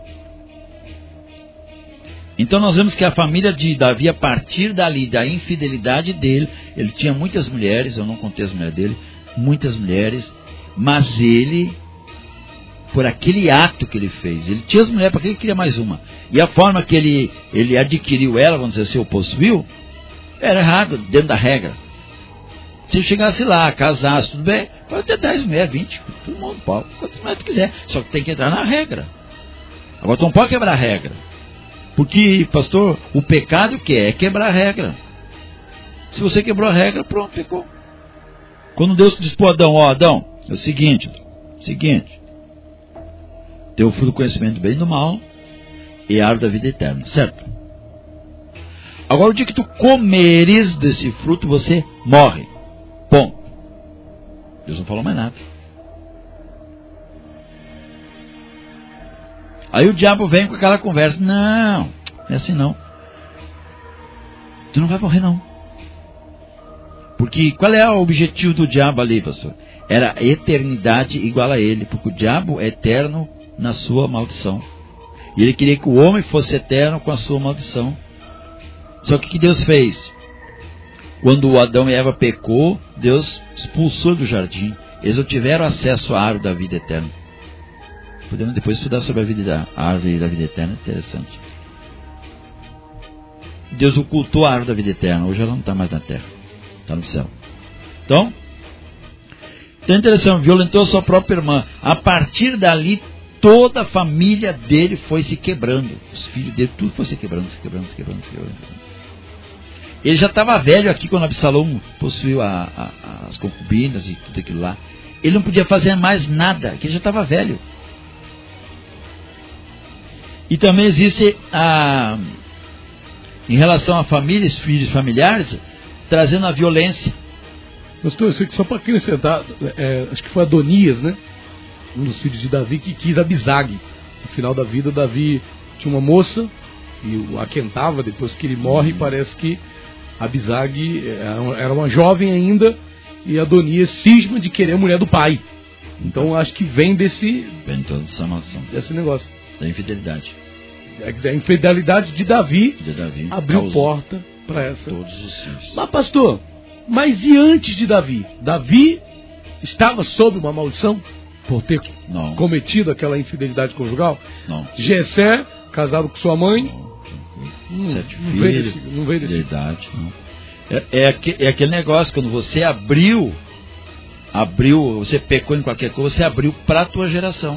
Então nós vemos que a família de Davi, a partir dali, da infidelidade dele, ele tinha muitas mulheres, eu não contei as mulheres dele, muitas mulheres, mas ele, por aquele ato que ele fez, ele tinha as mulheres porque ele queria mais uma. E a forma que ele adquiriu ela, vamos dizer assim, ou possuiu, era errado, dentro da regra. Se ele chegasse lá, casasse, tudo bem, pode ter 10 mulheres, 20, todo mundo pode, quantas mulheres tu quiser, só que tem que entrar na regra. Agora tu não pode quebrar a regra. Porque, pastor, o pecado que é quebrar a regra. Se você quebrou a regra, pronto, pecou. Quando Deus disse para Adão, Adão, é o seguinte, teu fruto do conhecimento do bem e do mal e a árvore da vida eterna, certo? Agora, o dia que tu comeres desse fruto, você morre. Bom, Deus não falou mais nada. Aí o diabo vem com aquela conversa, não é assim não. Tu não vai morrer não. Porque qual é o objetivo do diabo ali, pastor? Era a eternidade igual a ele, porque o diabo é eterno na sua maldição. E ele queria que o homem fosse eterno com a sua maldição. Só que o que Deus fez? Quando o Adão e Eva pecou, Deus expulsou do jardim. Eles não tiveram acesso à árvore da vida eterna. Podemos depois estudar sobre a árvore da vida eterna, interessante. Deus ocultou a árvore da vida eterna, hoje ela não está mais na terra, está no céu. Então é interessante, violentou sua própria irmã. A partir dali, toda a família dele foi se quebrando. Os filhos dele, tudo foi se quebrando. Ele já estava velho aqui quando Absalão possuiu as concubinas e tudo aquilo lá. Ele não podia fazer mais nada, porque ele já estava velho. E também existe em relação a famílias, filhos familiares, trazendo a violência. Pastor, eu sei que só para acrescentar, acho que foi Adonias, né? Um dos filhos de Davi que quis Abisag. No final da vida, Davi tinha uma moça e o aquentava. Depois que ele morre, parece que Abisag era uma jovem ainda e Adonias cisma de querer a mulher do pai. Então acho que vem desse negócio. Da infidelidade. A infidelidade de Davi abriu porta para essa. Todos os filhos. Mas pastor, e antes de Davi? Davi estava sob uma maldição por ter cometido aquela infidelidade conjugal? Não. Jessé, casado com sua mãe? Sete filhos. Não veio desse. Verdade. Não. É aquele negócio, quando você abriu, você pecou em qualquer coisa, você abriu para a tua geração.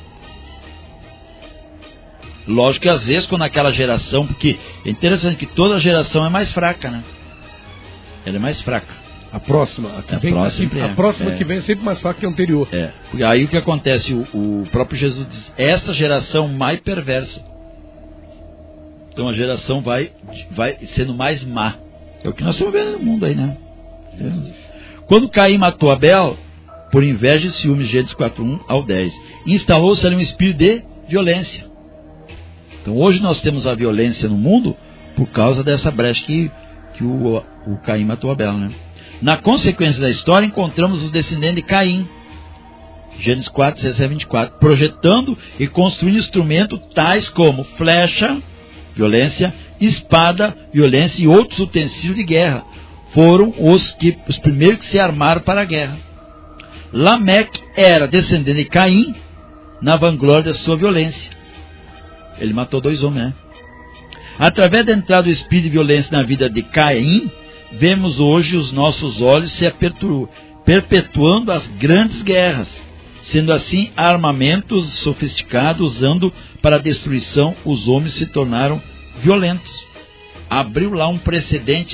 Lógico que às vezes quando aquela geração, porque é interessante que toda geração é mais fraca, né? Ela é mais fraca. A próxima que vem é sempre mais fraca que a anterior. Porque aí o que acontece, o próprio Jesus diz, essa geração mais perversa. Então a geração vai sendo mais má. É o que nós estamos vendo no mundo aí, né? Quando Caim matou Abel, por inveja e ciúmes, Gênesis 4:1 ao 10, instalou-se ali um espírito de violência. Então hoje nós temos a violência no mundo por causa dessa brecha que o Caim matou Abel, né? Na consequência da história, encontramos os descendentes de Caim, Gênesis 4, 16 a 24, projetando e construindo instrumentos tais como flecha, violência, espada, violência e outros utensílios de guerra. Foram os primeiros que se armaram para a guerra. Lameque era descendente de Caim na vanglória da sua violência. Ele matou 2 homens, né? Através da entrada do espírito de violência na vida de Caim, vemos hoje os nossos olhos se perpetuando as grandes guerras, sendo assim armamentos sofisticados usando para a destruição, os homens se tornaram violentos. Abriu lá um precedente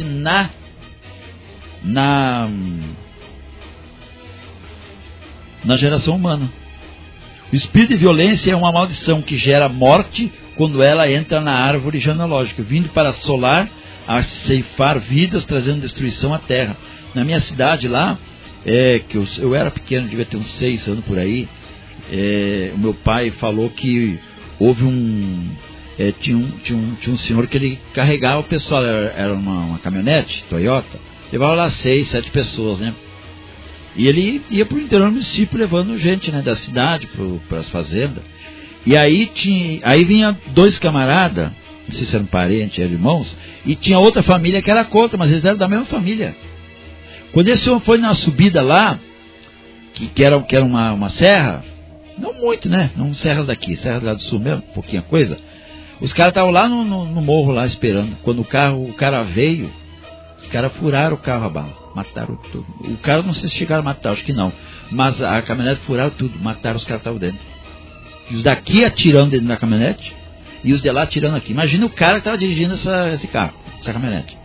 na geração humana. O espírito de violência é uma maldição que gera morte quando ela entra na árvore genealógica, vindo para assolar, a ceifar vidas, trazendo destruição à terra. Na minha cidade lá, que eu era pequeno, devia ter uns 6 anos por aí, o meu pai falou que houve tinha um senhor que ele carregava o pessoal, era uma caminhonete Toyota, levava lá 6, 7 pessoas, né? E ele ia para o interior do município levando gente, né, da cidade para as fazendas. E aí vinha 2 camaradas, não sei se eram parentes, eram irmãos, e tinha outra família que era contra, mas eles eram da mesma família. Quando esse homem foi na subida lá, que era uma serra, não muito, né? Não serras daqui, serra lá do sul mesmo, pouquinha coisa. Os caras estavam lá no morro lá esperando. Quando o cara veio, os caras furaram o carro a bala. Mataram tudo. O cara não sei se chegaram a matar, acho que não. Mas a caminhonete furaram tudo, mataram os caras que estavam dentro. E os daqui atirando dentro da caminhonete e os de lá atirando aqui. Imagina o cara que estava dirigindo esse carro, essa caminhonete.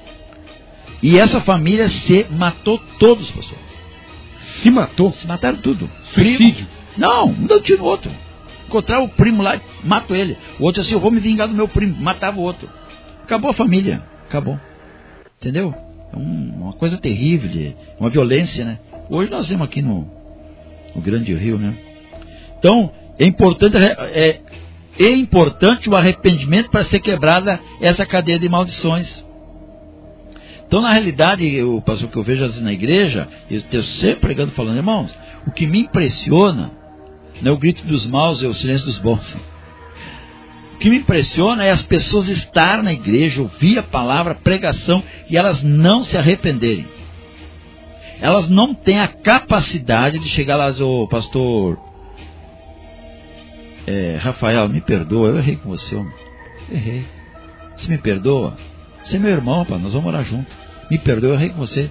E essa família se matou todos, pastor. Se matou? Se mataram tudo. Suicídio? Não, um deu tiro no outro. Encontraram o primo lá, matou ele. O outro assim, eu vou me vingar do meu primo. Matava o outro. Acabou a família. Acabou. Entendeu? É uma coisa terrível, uma violência, né? Hoje nós vemos aqui no Grande Rio, né? Então, é importante o arrependimento para ser quebrada essa cadeia de maldições. Então, na realidade, o pastor que eu vejo às vezes na igreja, eu estou sempre pregando, falando, irmãos, o que me impressiona não é o grito dos maus, é o silêncio dos bons. O que me impressiona é as pessoas estarem na igreja, ouvir a palavra, a pregação, e elas não se arrependerem. Elas não têm a capacidade de chegar lá e dizer, ô pastor Rafael, me perdoa, eu errei com você, homem. Errei. Você me perdoa? Você é meu irmão, pá, nós vamos morar junto. Me perdoa, eu errei com você.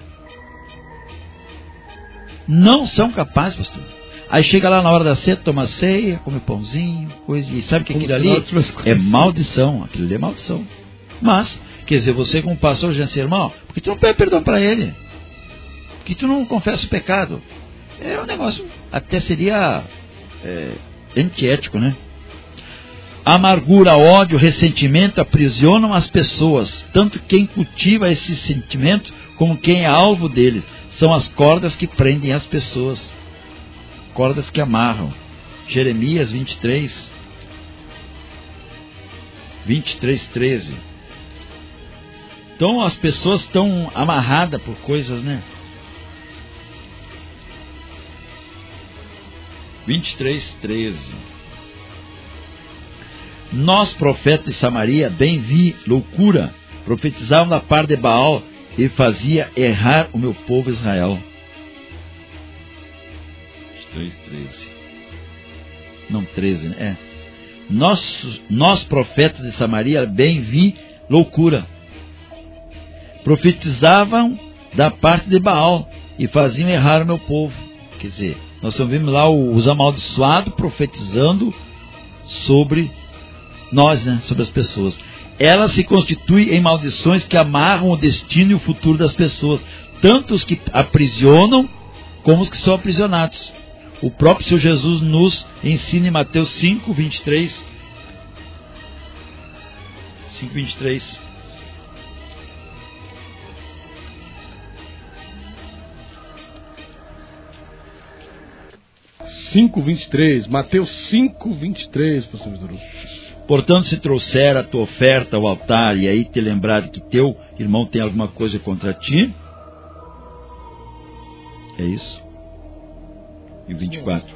Não são capazes, pastor. Aí chega lá na hora da ceia, toma ceia, come pãozinho, coisa, e sabe que aquilo ali é maldição. Aquilo ali é maldição. Mas, quer dizer, você como pastor já disse, irmão, por que tu não pede perdão para ele? Por que tu não confessa o pecado? É um negócio, até seria antiético, né? Amargura, ódio, ressentimento aprisionam as pessoas, tanto quem cultiva esse sentimento como quem é alvo deles. São as cordas que prendem as pessoas, cordas que amarram. Jeremias 23:13. Então as pessoas estão amarradas por coisas, né? 23:13. Nós, profetas de Samaria, bem vi loucura, profetizavam da parte de Baal e fazia errar o meu povo Israel. 23:13. Não, 13, né? Nós, profetas de Samaria, bem vi loucura, profetizavam da parte de Baal e faziam errar o meu povo. Quer dizer, nós estamos vendo lá os amaldiçoados profetizando sobre nós, né? Sobre as pessoas. Elas se constituem em maldições que amarram o destino e o futuro das pessoas, tanto os que aprisionam como os que são aprisionados. O próprio Senhor Jesus nos ensina em Mateus 5:23. 5:23. Mateus 5:23, pastor Vitor. Portanto, se trouxer a tua oferta ao altar e aí te lembrar que teu irmão tem alguma coisa contra ti, é isso. E o 24.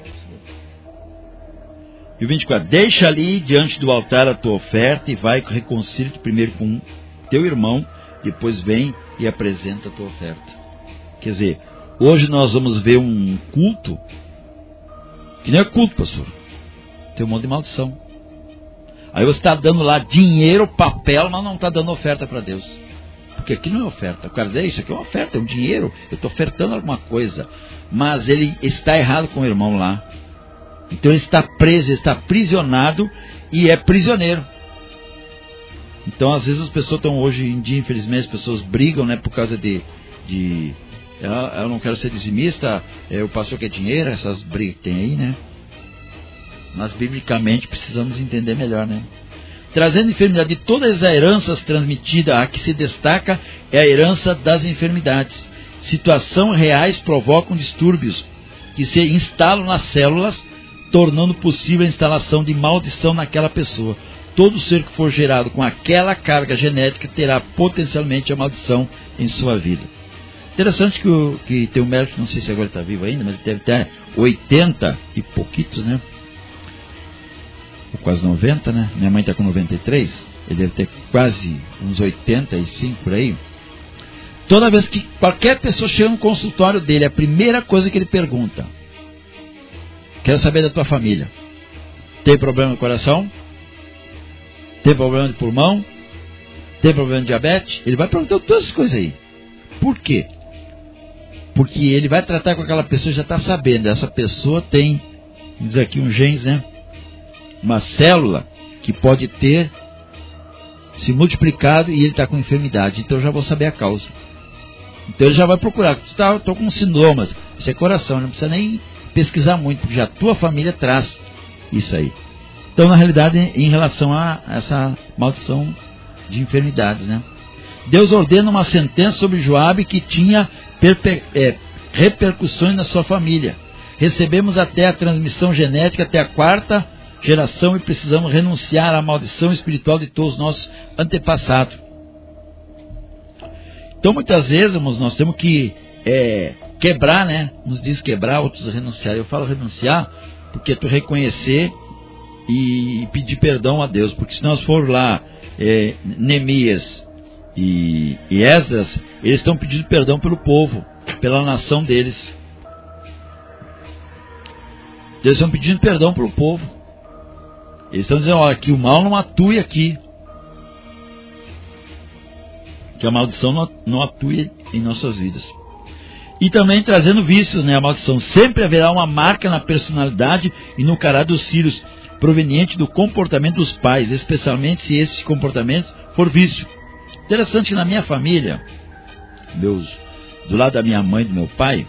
E o 24. Deixa ali diante do altar a tua oferta e vai reconcilia-te primeiro com teu irmão, depois vem e apresenta a tua oferta. Quer dizer, hoje nós vamos ver um culto que não é culto, pastor. Tem um monte de maldição. Aí você está dando lá dinheiro, papel, mas não está dando oferta para Deus. Porque aqui não é oferta. O cara diz, isso aqui é uma oferta, é um dinheiro. Eu estou ofertando alguma coisa. Mas ele está errado com o irmão lá. Então ele está preso, ele está aprisionado e é prisioneiro. Então às vezes as pessoas estão hoje em dia, infelizmente, as pessoas brigam, né, por causa de eu não quero ser dizimista, o pastor quer dinheiro, essas brigas que tem aí, né? Mas biblicamente precisamos entender melhor, né? Trazendo enfermidade de todas as heranças transmitidas, a que se destaca é a herança das enfermidades. Situações reais provocam distúrbios que se instalam nas células, tornando possível a instalação de maldição naquela pessoa. Todo ser que for gerado com aquela carga genética terá potencialmente a maldição em sua vida. Interessante que tem um médico, não sei se agora está vivo ainda, mas ele deve ter 80 e pouquitos, né? Ou quase 90, né? Minha mãe está com 93, ele deve ter quase uns 85 por aí. Toda vez que qualquer pessoa chega no consultório dele, a primeira coisa que ele pergunta: quero saber da tua família. Tem problema no coração? Tem problema de pulmão? Tem problema de diabetes? Ele vai perguntar todas essas coisas aí. Por quê? Porque ele vai tratar com aquela pessoa e já está sabendo. Essa pessoa tem, vamos dizer aqui, um genes, né? Uma célula que pode ter se multiplicado e ele está com enfermidade. Então eu já vou saber a causa. Então ele já vai procurar. Estou com sintomas. Isso é coração. Não precisa nem pesquisar muito, porque já a tua família traz isso aí. Então, na realidade, em relação a essa maldição de enfermidades, né? Deus ordena uma sentença sobre Joabe que tinha repercussões na sua família. Recebemos até a transmissão genética, até a 4ª geração, e precisamos renunciar à maldição espiritual de todos os nossos antepassados. Então, muitas vezes, nós temos que quebrar, né? Uns diz quebrar, outros renunciar. Eu falo renunciar porque tu reconhecer e pedir perdão a Deus. Porque se nós for lá, Neemias e Esdras, eles estão pedindo perdão pelo povo, pela nação deles. Eles estão pedindo perdão pelo povo. Eles estão dizendo, olha, que o mal não atue aqui. Que a maldição não atue em nossas vidas. E também trazendo vícios, né? A maldição. Sempre haverá uma marca na personalidade e no caráter dos filhos, proveniente do comportamento dos pais, especialmente se esse comportamento for vício. Interessante que na minha família, do lado da minha mãe e do meu pai,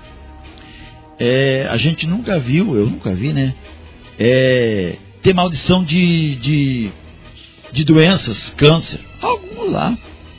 a gente nunca viu, eu nunca vi, né? Ter maldição de doenças, câncer, algum lá.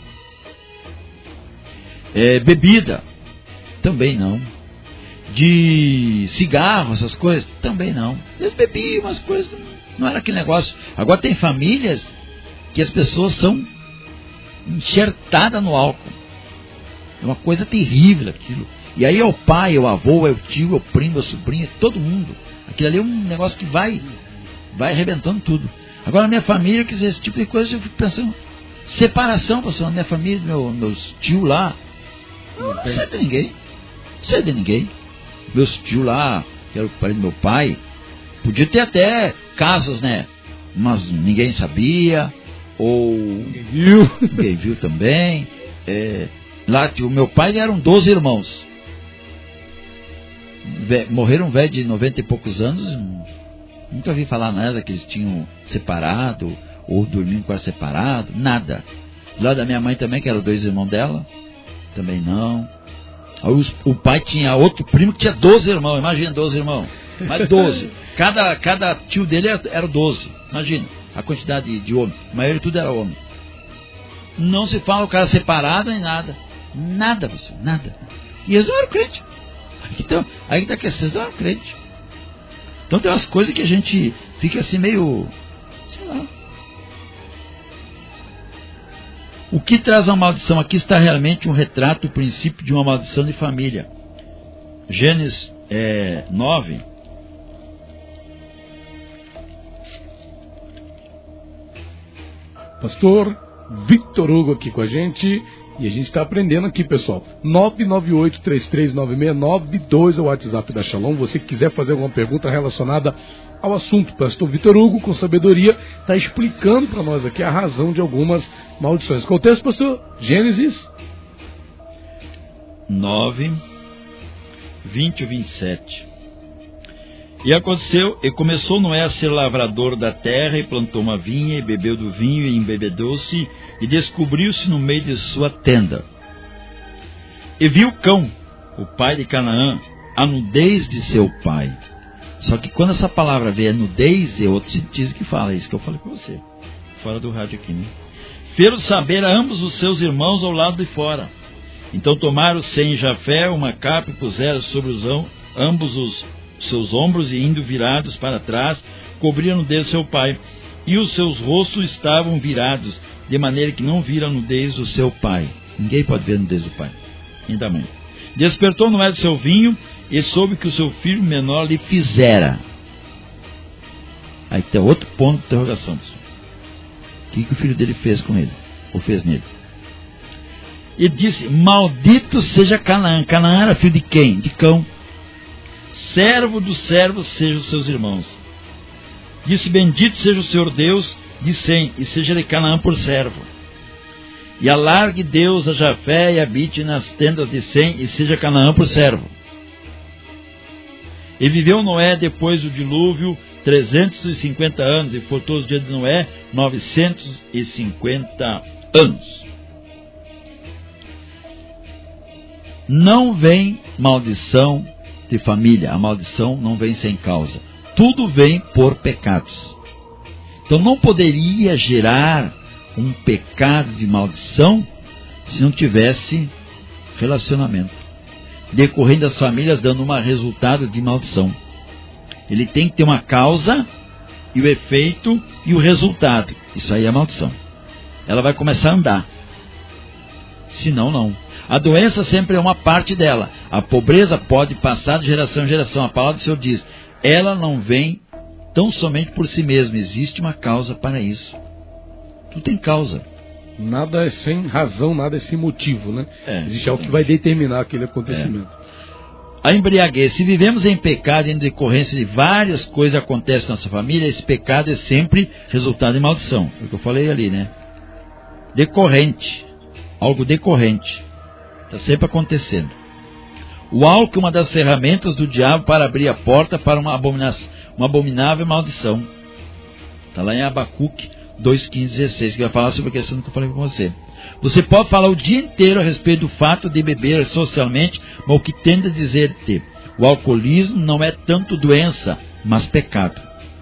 Bebida, também não. De cigarro, essas coisas, também não. Eles bebiam umas coisas, não era aquele negócio. Agora tem famílias que as pessoas são enxertadas no álcool. É uma coisa terrível aquilo. E aí é o pai, é o avô, é o tio, é o primo, é o sobrinho, é todo mundo. Aquilo ali é um negócio que vai arrebentando tudo. Agora na minha família, quer dizer, esse tipo de coisa, eu fico pensando, separação, pastor, na minha família, meus tios lá, não sei de ninguém. Não sei de ninguém. Meus tios lá, que era o parente do meu pai, podia ter até casos, né? Mas ninguém sabia, ou ninguém viu também. Lá, o meu pai eram 12 irmãos. Morreram velho de 90 e poucos anos. Nunca vi falar nada que eles tinham separado, ou dormindo quase separado, nada. Lá da minha mãe também, que eram 2 irmãos dela, também não. O pai tinha outro primo que tinha 12 irmãos, imagina 12 irmãos, mais 12. Cada tio dele era 12, imagina a quantidade de homem, a maioria de tudo era homem. Não se fala o cara separado nem nada, nada, pessoal, nada. E eles não eram crentes. Aí que tá que vocês não eram crentes. Então tem umas coisas que a gente fica assim meio, sei lá. O que traz a maldição? Aqui está realmente um retrato do princípio de uma maldição de família. Gênesis 9. Pastor Victor Hugo aqui com a gente. E a gente está aprendendo aqui, pessoal. 998-339692 é o WhatsApp da Shalom. Você que quiser fazer alguma pergunta relacionada ao assunto, pastor Victor Hugo, com sabedoria, está explicando para nós aqui a razão de algumas maldições. Qual o texto, pastor? Gênesis 9, 20 e 27. E aconteceu, e começou Noé a ser lavrador da terra, e plantou uma vinha, e bebeu do vinho, e embebedou-se, e descobriu-se no meio de sua tenda. E viu o cão o pai de Canaã, a nudez de seu pai. Só que quando essa palavra vem a nudez, é outro sentido que fala, é isso que eu falei com você, fora do rádio aqui, né? Fê-los saber a ambos os seus irmãos ao lado de fora. Então tomaram Sem e Jafé uma capa e puseram sobre ambos os seus ombros, e indo virados para trás, cobriram a nudez de seu pai. E os seus rostos estavam virados, de maneira que não viram a nudez do seu pai. Ninguém pode ver a nudez do pai, nem da mãe. Despertou Noé do seu vinho, e soube que o seu filho menor lhe fizera. Aí tem outro ponto de interrogação, pessoal. O que o filho dele fez com ele? Ou fez nele? E disse: maldito seja Canaã. Canaã era filho de quem? De Cão. Servo dos servos sejam os seus irmãos. Disse: bendito seja o Senhor Deus de Sem, e seja de Canaã por servo. E alargue Deus a Jafé e habite nas tendas de Sem, e seja Canaã por servo. E viveu Noé depois do dilúvio 350 anos, e faltou os dias de Noé 950 anos. Não vem maldição de família, a maldição não vem sem causa. Tudo vem por pecados. Então não poderia gerar um pecado de maldição se não tivesse relacionamento, decorrendo das famílias dando um resultado de maldição. Ele tem que ter uma causa e o efeito e o resultado. Isso aí é maldição. Ela vai começar a andar. Senão, não. A doença sempre é uma parte dela. A pobreza pode passar de geração em geração. A palavra do Senhor diz: ela não vem tão somente por si mesma. Existe uma causa para isso. Tudo tem causa. Nada é sem razão, nada é sem motivo, né? Existe algo que vai determinar aquele acontecimento. A embriaguez. Se vivemos em pecado em decorrência de várias coisas que acontecem na nossa família, esse pecado é sempre resultado de maldição. É o que eu falei ali, né? Decorrente. Algo decorrente. Está sempre acontecendo. O álcool é uma das ferramentas do diabo para abrir a porta para uma abominável maldição. Está lá em Abacuque 2:15-16, que vai falar sobre a questão que eu falei com você. Você pode falar o dia inteiro a respeito do fato de beber socialmente, mas o que tende a dizer-te: o alcoolismo não é tanto doença, mas pecado.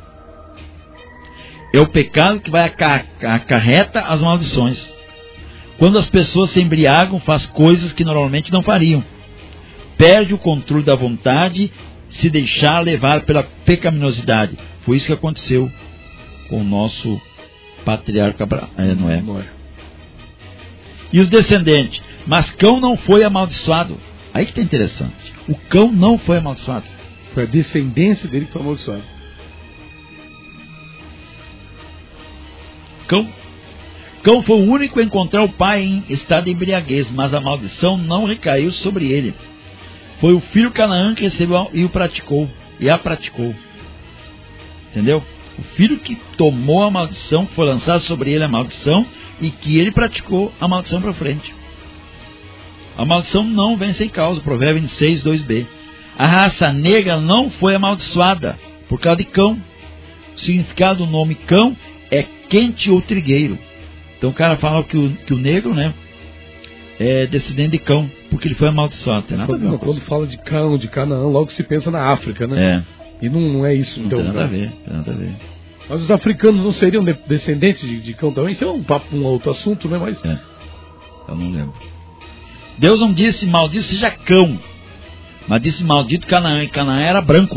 É o pecado que vai acarreta as maldições. Quando as pessoas se embriagam, faz coisas que normalmente não fariam. Perde o controle da vontade, se deixar levar pela pecaminosidade. Foi isso que aconteceu com o nosso patriarca Noé. E os descendentes. Mas Cão não foi amaldiçoado. Aí que está interessante. O Cão não foi amaldiçoado. Foi a descendência dele que foi amaldiçoada. Cão foi o único a encontrar o pai em estado de embriaguez, mas a maldição não recaiu sobre ele. Foi o filho Canaã que recebeu e o praticou, e a praticou. Entendeu? O filho que tomou a maldição, que foi lançada sobre ele a maldição, e que ele praticou a maldição para frente. A maldição não vem sem causa, Provérbio 26, 2b. A raça negra não foi amaldiçoada por causa de Cão. O significado do nome Cão é quente ou trigueiro. Então o cara fala que o negro, né, é descendente de Cão, porque ele foi amaldiçoado. Tem nada a ver. Quando fala de Cão, de Canaã, logo se pensa na África, né? E não é isso. Não então, tem nada a ver, Mas os africanos não seriam descendentes de Cão também? Isso é um outro assunto, né? Mas... eu não lembro. Deus não disse maldito seja Cão, mas disse maldito Canaã, e Canaã era branco.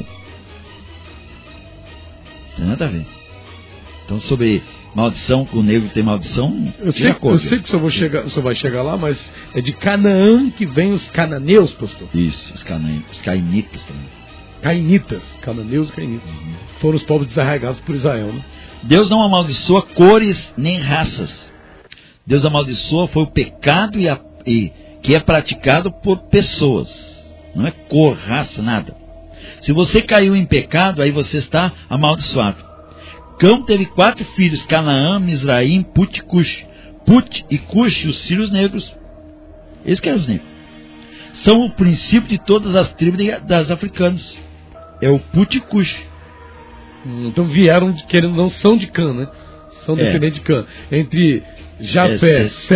Não tem nada a ver. Então sobre maldição, que o negro tem maldição... Eu sei que o senhor vai chegar lá, mas é de Canaã que vem os cananeus, pastor. Isso, os cainitas também. Cananeus e cainitas. Foram os povos desarraigados por Israel, né? Deus não amaldiçoa cores nem raças. Deus amaldiçoa foi o pecado que é praticado por pessoas. Não é cor, raça, nada. Se você caiu em pecado, aí você está amaldiçoado. Cão teve 4 filhos: Canaã, Mizraim, Put e Cush. Put e Cush, os filhos negros. Eles que eram os negros. São o princípio de todas as tribos das africanos. É o Put e Cush. Então vieram, não são de Cã, né? São descendentes de Cã. Entre Jafé, Sem,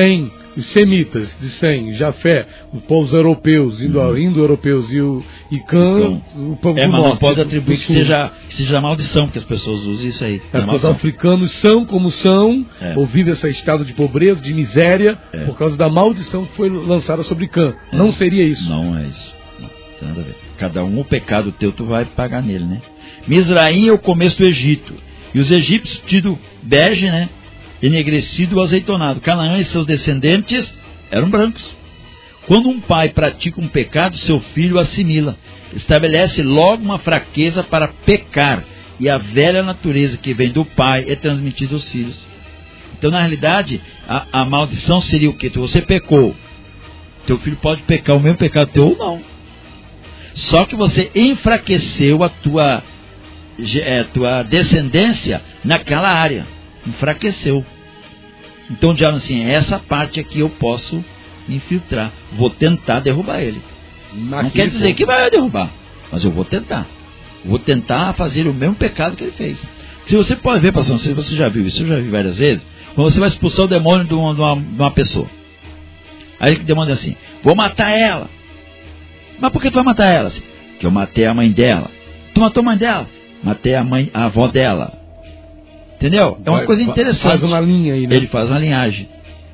os semitas de Sem, Jafé, os povos europeus, indo-europeus e Cã, o povo do mas norte. Não pode atribuir que seja maldição, porque as pessoas usam isso aí. Os africanos são como são, ou vivem esse estado de pobreza, de miséria, por causa da maldição que foi lançada sobre Cã. Não seria isso? Não é isso. Não tem nada a ver. Cada um o pecado teu, tu vai pagar nele, né? Mizraim é o começo do Egito. E os egípcios, tido bege, né? Enegrecido ou azeitonado. Canaã e seus descendentes eram brancos. Quando um pai pratica um pecado, seu filho assimila. Estabelece logo uma fraqueza para pecar. E a velha natureza que vem do pai é transmitida aos filhos. Então, na realidade, a maldição seria o quê? Você pecou. Teu filho pode pecar o mesmo pecado teu ou não. Só que você enfraqueceu a tua descendência naquela área. Enfraqueceu. Então o diabo assim, essa parte aqui eu posso infiltrar. Vou tentar derrubar ele. Não quer dizer que vai derrubar, mas eu vou tentar. Vou tentar fazer o mesmo pecado que ele fez. Se você pode ver, pastor, se você já viu isso, eu já vi várias vezes, quando você vai expulsar o demônio de uma pessoa. Aí o demônio diz assim, vou matar ela. Mas por que tu vai matar ela? Assim, que eu matei a mãe dela. Tu matou a mãe dela? Matei a avó dela. Entendeu? É uma coisa interessante. Faz uma linha aí, né? Ele faz uma linhagem.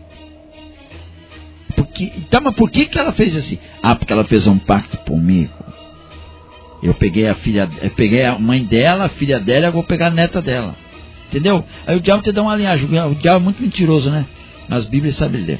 Mas por que ela fez assim? Porque ela fez um pacto comigo. Eu peguei a mãe dela, a filha dela, eu vou pegar a neta dela. Entendeu? Aí o diabo te dá uma linhagem. O diabo é muito mentiroso, né? Nas Bíblias sabe ler.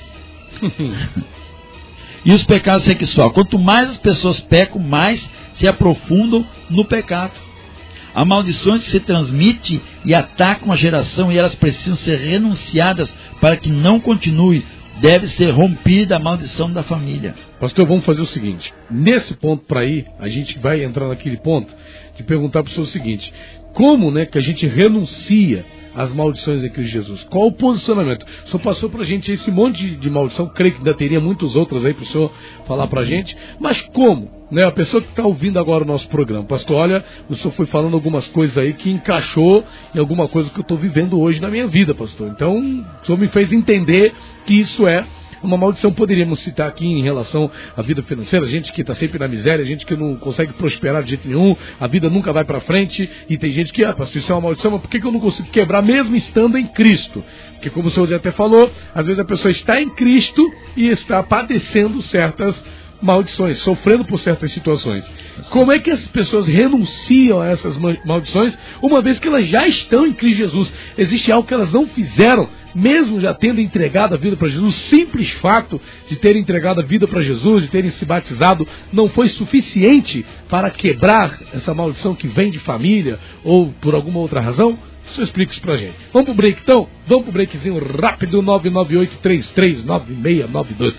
E os pecados sexuais. Quanto mais as pessoas pecam, mais se aprofundam no pecado. Há maldições que se transmitem e atacam a geração e elas precisam ser renunciadas para que não continue. Deve ser rompida a maldição da família. Pastor, vamos fazer o seguinte. Nesse ponto para ir, a gente vai entrar naquele ponto de perguntar para o senhor o seguinte. Como, né, que a gente renuncia as maldições de Cristo Jesus? Qual o posicionamento? O senhor passou para a gente esse monte de maldição, creio que ainda teria muitas outras aí para o senhor falar para a gente, mas como? Né, a pessoa que está ouvindo agora o nosso programa, pastor, olha, o senhor foi falando algumas coisas aí que encaixou em alguma coisa que eu estou vivendo hoje na minha vida, pastor. Então, o senhor me fez entender que isso é uma maldição. Poderíamos citar aqui em relação à vida financeira, gente que está sempre na miséria, gente que não consegue prosperar de jeito nenhum, a vida nunca vai para frente, e tem gente que, pastor, isso é uma maldição, mas por que eu não consigo quebrar mesmo estando em Cristo? Porque como o senhor já até falou, às vezes a pessoa está em Cristo e está padecendo certas maldições, sofrendo por certas situações. Como é que as pessoas renunciam a essas maldições, uma vez que elas já estão em Cristo Jesus? Existe algo que elas não fizeram, mesmo já tendo entregado a vida para Jesus? O simples fato de terem entregado a vida para Jesus, de terem se batizado, não foi suficiente para quebrar essa maldição que vem de família ou por alguma outra razão? Você explica isso pra gente. Vamos pro break então? Vamos pro breakzinho rápido. 998-339692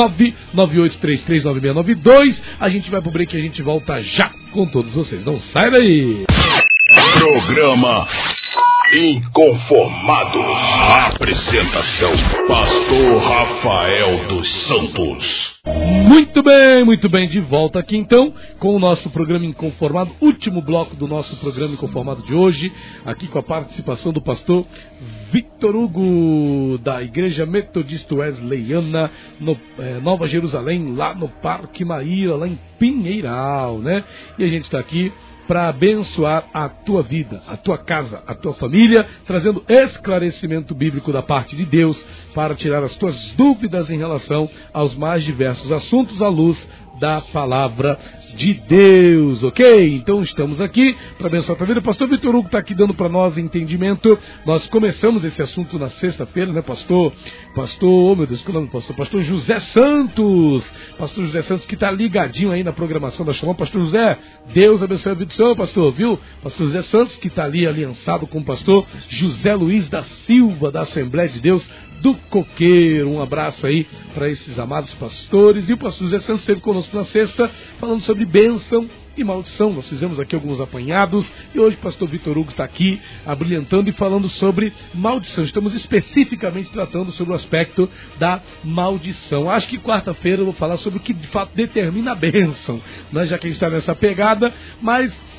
998-339692. A gente vai pro break e a gente volta já com todos vocês. Não sai daí. Programa Inconformados. Apresentação: Pastor Rafael dos Santos. Muito bem, de volta aqui então com o nosso programa Inconformado, último bloco do nosso programa Inconformado de hoje, aqui com a participação do pastor Vitor Hugo, da Igreja Metodista Wesleyana, Nova Jerusalém, lá no Parque Maíra, lá em Pinheiral, né? E a gente está aqui para abençoar a tua vida, a tua casa, a tua família, trazendo esclarecimento bíblico da parte de Deus para tirar as tuas dúvidas em relação aos mais diversos assuntos à luz da palavra de Deus, ok? Então estamos aqui para abençoar a tua vida. O pastor Vitor Hugo está aqui dando para nós entendimento. Nós começamos esse assunto na sexta-feira, né, pastor, oh meu Deus, que nome do pastor? Pastor José Santos, que está ligadinho aí na programação da Shalom. Pastor José, Deus abençoe a vida do senhor, pastor, viu? Pastor José Santos, que está ali aliançado com o pastor José Luiz da Silva, da Assembleia de Deus do Coqueiro. Um abraço aí para esses amados pastores. E o pastor José Santos esteve conosco na sexta, falando sobre bênção e maldição. Nós fizemos aqui alguns apanhados e hoje o pastor Vitor Hugo está aqui abrilhantando e falando sobre maldição. Estamos especificamente tratando sobre o aspecto da maldição. Acho que quarta-feira eu vou falar sobre o que de fato determina a bênção, né? Já que a gente está nessa pegada, mas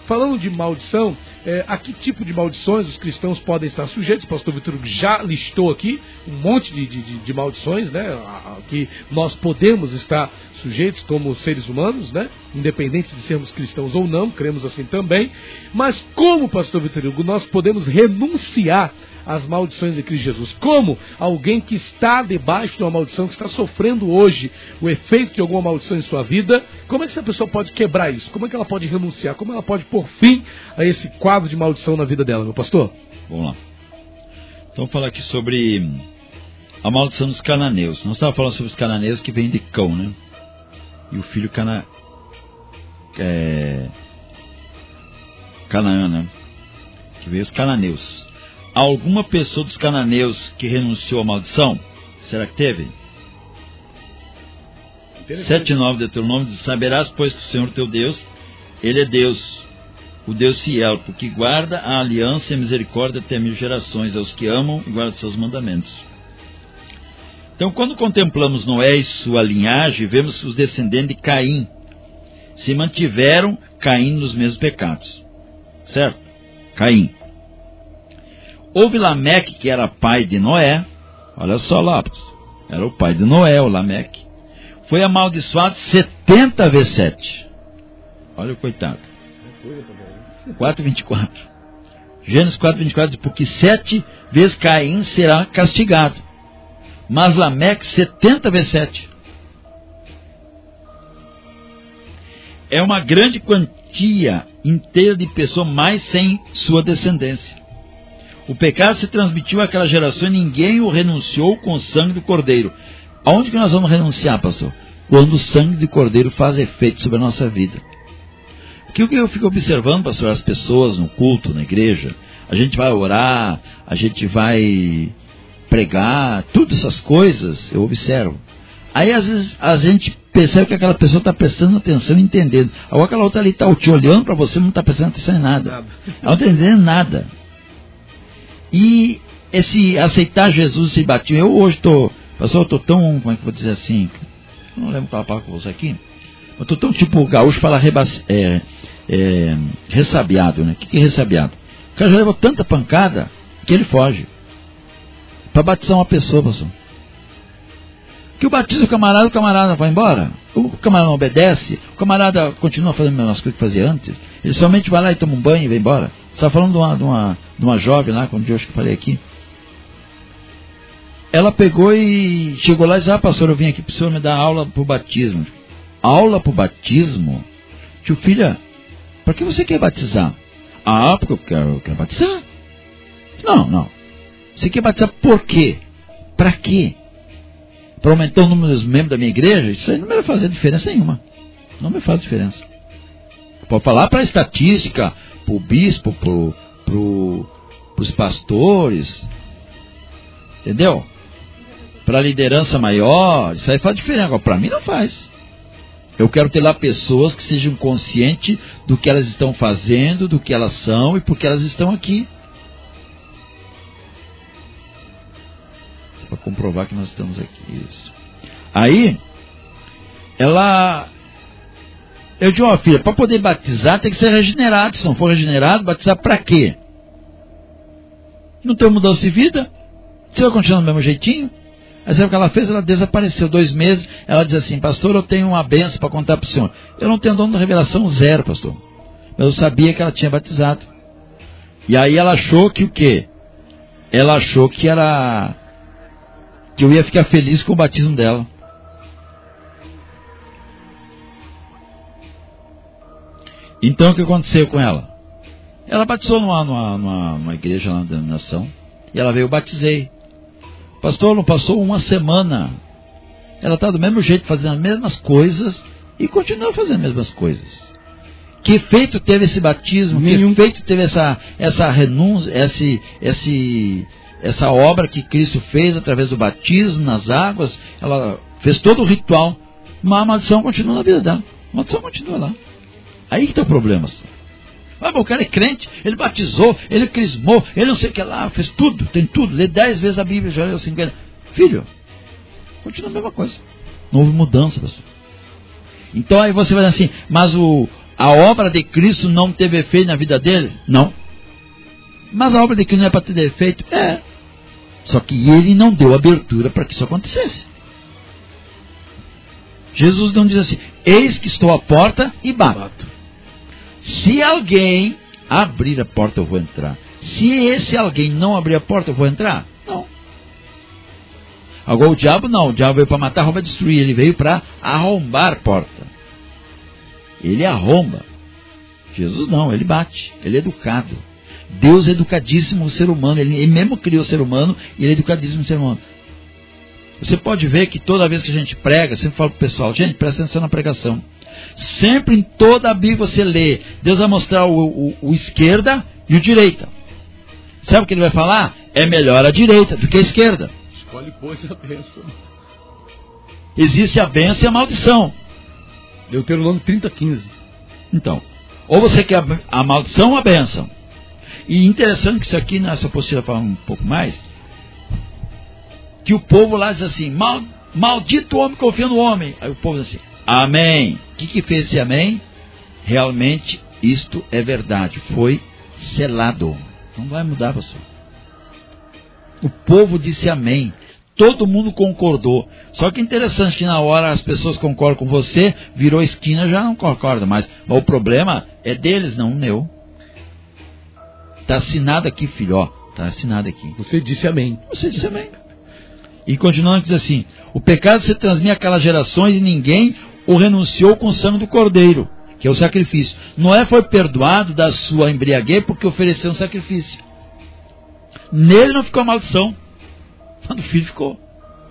falando de maldição, a que tipo de maldições os cristãos podem estar sujeitos? O pastor Vitor Hugo já listou aqui um monte de maldições, né, que nós podemos estar sujeitos como seres humanos, né, independente de sermos cristãos ou não, cremos assim também. Mas como, pastor Vitor Hugo, nós podemos renunciar às maldições de Cristo Jesus? Como alguém que está debaixo de uma maldição, que está sofrendo hoje o efeito de alguma maldição em sua vida, como é que essa pessoa pode quebrar isso? Como é que ela pode renunciar? Como ela pode pôr fim a esse quadro de maldição na vida dela, meu pastor? Vamos lá. Então, vamos falar aqui sobre a maldição dos cananeus. Nós estávamos falando sobre os cananeus que vêm de Cão, né? E o filho Canaã, né? Que veio os cananeus. Alguma pessoa dos cananeus que renunciou à maldição? Será que teve? 7:9 de Deuteronômio diz: saberás, pois, que o Senhor teu Deus, Ele é Deus, o Deus fiel, porque guarda a aliança e a misericórdia até 1000 gerações aos que amam e guardam seus mandamentos. Então, quando contemplamos Noé e sua linhagem, vemos que os descendentes de Caim se mantiveram caindo nos mesmos pecados. Certo? Caim. Houve Lameque, que era pai de Noé. Olha só lá, era o pai de Noé, o Lameque. Foi amaldiçoado 70 vezes 7. Olha o coitado. 4:24. Gênesis 4:24 diz: porque 7 vezes Caim será castigado, mas Lameque 70 vezes 7. É uma grande quantia inteira de pessoas, mais sem sua descendência. O pecado se transmitiu àquela geração e ninguém o renunciou com o sangue do cordeiro. Aonde que nós vamos renunciar, pastor? Quando o sangue do cordeiro faz efeito sobre a nossa vida. Porque o que eu fico observando, pastor, as pessoas no culto, na igreja, a gente vai orar, a gente vai pregar, todas essas coisas eu observo. Aí às vezes a gente percebe que aquela pessoa está prestando atenção e entendendo. Agora aquela outra ali está te olhando para você, não está prestando atenção em nada. Ela não está entendendo nada. E esse aceitar Jesus, esse batismo, eu hoje estou, pastor, eu estou tão, como é que eu vou dizer assim, eu não lembro qual a palavra que eu vou usar aqui, eu estou tão tipo o gaúcho fala ressabiado, né? O que é ressabiado? O cara já levou tanta pancada que ele foge para batizar uma pessoa, pastor. Que o batiza o camarada vai embora, o camarada não obedece, o camarada continua fazendo as mesmas coisas que fazia antes, ele somente vai lá e toma um banho e vai embora. Você está falando de uma jovem lá, como eu acho que eu falei aqui. Ela pegou e chegou lá e disse: pastor, eu vim aqui para o senhor me dar aula para o batismo. Aula para o batismo? Tio, filha, para que você quer batizar? Porque eu quero batizar. Não. Você quer batizar por quê? Para quê? Para aumentar o número dos membros da minha igreja? Isso aí não vai fazer diferença nenhuma. Não me faz diferença. Pode falar para a estatística, para o bispo, para os pastores, entendeu? Para a liderança maior, isso aí faz diferença. Agora, para mim não faz. Eu quero ter lá pessoas que sejam conscientes do que elas estão fazendo, do que elas são e por que elas estão aqui. Para comprovar que nós estamos aqui. Isso. Aí, eu digo: filha, para poder batizar tem que ser regenerado. Se não for regenerado, batizar para quê? Não tem mudança de vida? Você vai continuar do mesmo jeitinho? Aí sabe o que ela fez? Ela desapareceu 2 meses. Ela diz assim: pastor, eu tenho uma benção para contar para o senhor. Eu não tenho dom da revelação 0, pastor. Mas eu sabia que ela tinha batizado. E aí ela achou que o quê? Ela achou que eu ia ficar feliz com o batismo dela. Então o que aconteceu com ela? Ela batizou numa igreja lá na denominação. E ela veio: eu batizei. Pastor, não passou uma semana. Ela está do mesmo jeito, fazendo as mesmas coisas. E continua fazendo as mesmas coisas. Que efeito teve esse batismo? Nenhum. Que efeito teve essa renúncia, essa obra que Cristo fez através do batismo nas águas? Ela fez todo o ritual. Mas a maldição continua na vida dela. A maldição continua lá. Aí que está o problema. Mas o cara é crente, ele batizou, ele crismou, ele não sei o que lá, fez tudo, tem tudo, lê 10 vezes a Bíblia, já leu 50. Filho, continua a mesma coisa. Não houve mudança, pessoal. Então aí você vai dizer assim: mas A obra de Cristo não teve efeito na vida dele? Não. Mas a obra de Cristo não é para ter efeito? É. Só que ele não deu abertura para que isso acontecesse. Jesus não diz assim: eis que estou à porta e bato. Se alguém abrir a porta, eu vou entrar. Se esse alguém não abrir a porta, eu vou entrar? Não. Agora o diabo não. O diabo veio para matar, roubar, destruir. Ele veio para arrombar a porta. Ele arromba. Jesus não, ele bate. Ele é educado. Deus é educadíssimo no ser humano. Ele mesmo criou o ser humano e ele é educadíssimo no ser humano. Você pode ver que toda vez que a gente prega, sempre falo para o pessoal: gente, presta atenção na pregação. Sempre em toda a Bíblia você lê, Deus vai mostrar o esquerda e o direita. Sabe o que ele vai falar? É melhor a direita do que a esquerda. Escolhe, pois, a bênção. Existe a bênção e a maldição. Deuteronômio 30:15. Então, ou você quer a maldição ou a bênção. E interessante que isso aqui, nessa apostila fala um pouco mais, que o povo lá diz assim: maldito o homem que confia no homem. Aí o povo diz assim: amém. O que fez esse amém? Realmente isto é verdade. Foi selado. Não vai mudar, pastor. O povo disse amém. Todo mundo concordou. Só que interessante que na hora as pessoas concordam com você, virou esquina, já não concorda mais. Mas o problema é deles, não o meu. Está assinado aqui, filho. Ó, está assinado aqui. Você disse amém. Você disse amém. E continuando, diz assim: o pecado se transmite àquelas gerações e ninguém o renunciou com o sangue do cordeiro, que é o sacrifício. Noé foi perdoado da sua embriaguez porque ofereceu um sacrifício. Nele não ficou a maldição, mas o filho ficou.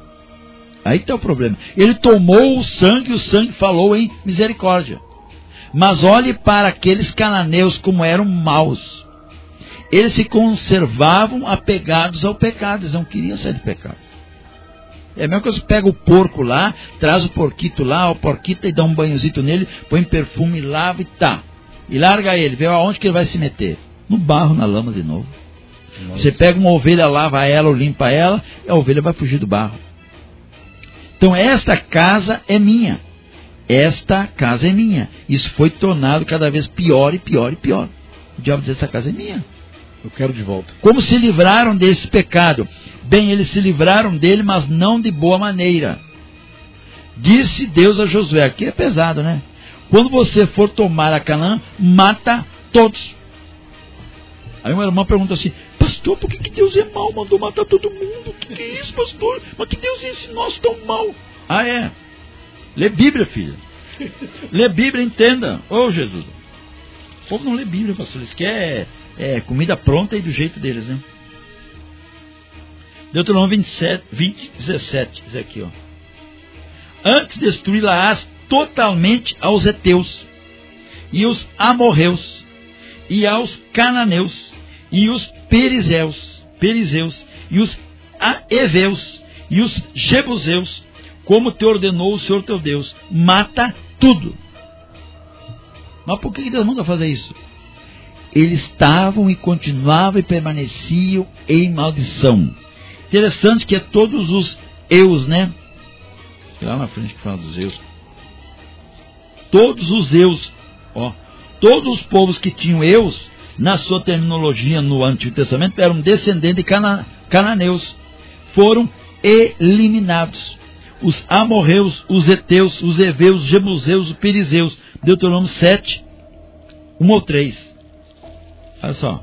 Aí está o problema. Ele tomou o sangue e o sangue falou em misericórdia. Mas olhe para aqueles cananeus como eram maus. Eles se conservavam apegados ao pecado, eles não queriam sair do pecado. É a mesma coisa que pega o porco lá, traz o porquito lá, o porquito e dá um banhozinho nele, põe perfume, lava e tá. E larga ele, vê aonde que ele vai se meter. No barro, na lama de novo. Nossa. Você pega uma ovelha, lava ela ou limpa ela, e a ovelha vai fugir do barro. Então esta casa é minha. Esta casa é minha. Isso foi tornado cada vez pior e pior e pior. O diabo diz: essa casa é minha. Eu quero de volta. Como se livraram desse pecado? Bem, eles se livraram dele, mas não de boa maneira. Disse Deus a Josué. Aqui é pesado, né? Quando você for tomar a Canaã, mata todos. Aí uma irmã pergunta assim: pastor, por que Deus é mau? Mandou matar todo mundo? O que é isso, pastor? Mas que Deus é esse nosso tão mau? Ah, é? Lê Bíblia, filho. Lê Bíblia, entenda. Ô, Jesus. O povo não lê Bíblia, pastor. Eles querem comida pronta e do jeito deles, né? Deuteronômio 20:17, diz aqui, ó: antes destruí-la-ás totalmente aos heteus, e os amorreus, e aos cananeus, e os perizeus, e os eveus, e os jebuseus, como te ordenou o Senhor teu Deus. Mata tudo. Mas por que Deus manda fazer isso? Eles estavam e continuavam e permaneciam em maldição. Interessante que é todos os eus, né? Lá na frente que fala dos eus. Todos os eus, ó, todos os povos que tinham eus, na sua terminologia no Antigo Testamento, eram descendentes de cananeus. Foram eliminados. Os amorreus, os heteus, os eveus, os jebuseus, os perizeus. Deuteronômio 7, 1 ou 3. Olha só.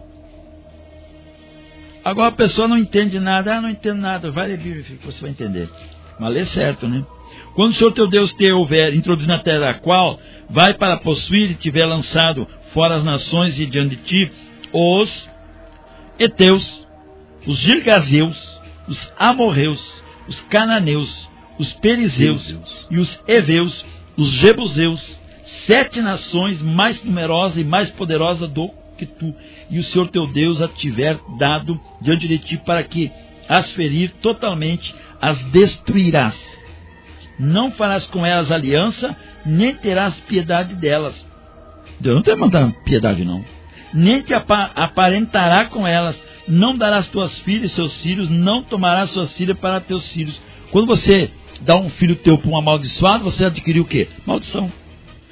Agora a pessoa não entende nada. Não entendo nada. Vai ler Bíblia, filho, que você vai entender. Mas lê certo, né? Quando o Senhor teu Deus te houver introduzido na terra a qual vai para possuir e tiver lançado fora as nações e diante de ti os heteus, os girgazeus, os amorreus, os cananeus, os perizeus e os eveus, os jebuseus, 7 nações mais numerosas e mais poderosas do que tu, e o Senhor teu Deus a tiver dado diante de ti, para que as ferir totalmente, as destruirás. Não farás com elas aliança, nem terás piedade delas. Deus não tem mandado piedade, não. Nem te aparentará com elas. Não darás tuas filhas e seus filhos, não tomarás suas filhas para teus filhos. Quando você dá um filho teu para um amaldiçoado, você adquiriu o quê? Maldição.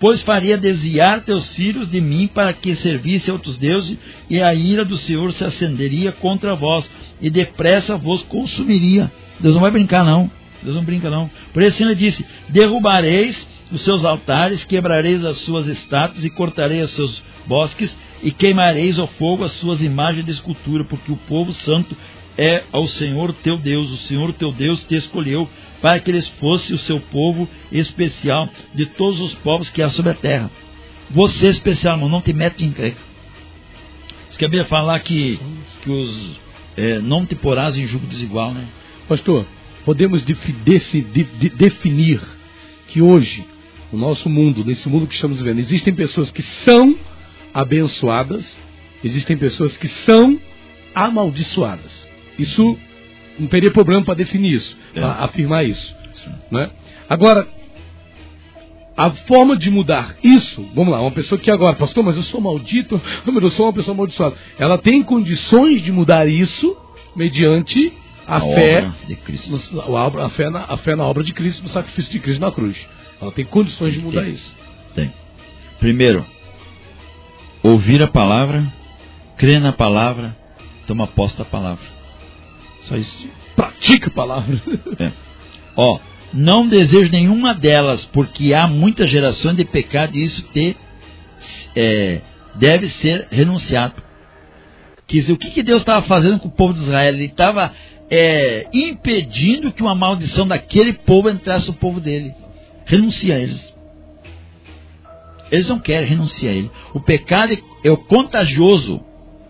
pois faria desviar teus filhos de mim para que servisse a outros deuses, e a ira do Senhor se acenderia contra vós, e depressa vos consumiria. Deus não vai brincar, não. Deus não brinca, não. Por isso ele disse, derrubareis os seus altares, quebrareis as suas estátuas, e cortareis os seus bosques, e queimareis ao fogo as suas imagens de escultura, porque o povo santo é ao Senhor teu Deus. O Senhor teu Deus te escolheu para que eles fossem o seu povo especial de todos os povos que há sobre a terra. Você especial, irmão, não te mete em encrenca. Você quer falar que os não te porás em jugo desigual, né? Pastor, podemos definir que hoje, no nosso mundo, nesse mundo que estamos vivendo, existem pessoas que são abençoadas, existem pessoas que são amaldiçoadas. Isso não teria problema para definir isso, para afirmar isso. Né? Agora, a forma de mudar isso, vamos lá, uma pessoa que agora, pastor, mas eu sou maldito, eu sou uma pessoa amaldiçoada. Ela tem condições de mudar isso mediante a fé de Cristo. A fé na obra de Cristo, no sacrifício de Cristo na cruz. Ela tem condições de mudar isso. Tem. Primeiro, ouvir a palavra, crer na palavra, toma posse da palavra. Só isso. Pratica a palavra. Não desejo nenhuma delas, porque há muitas gerações de pecado e isso deve ser renunciado. Quer dizer, o que Deus estava fazendo com o povo de Israel? Ele estava impedindo que uma maldição daquele povo entrasse no povo dele. Renuncia a eles. Eles não querem, renunciar a ele. O pecado é contagioso.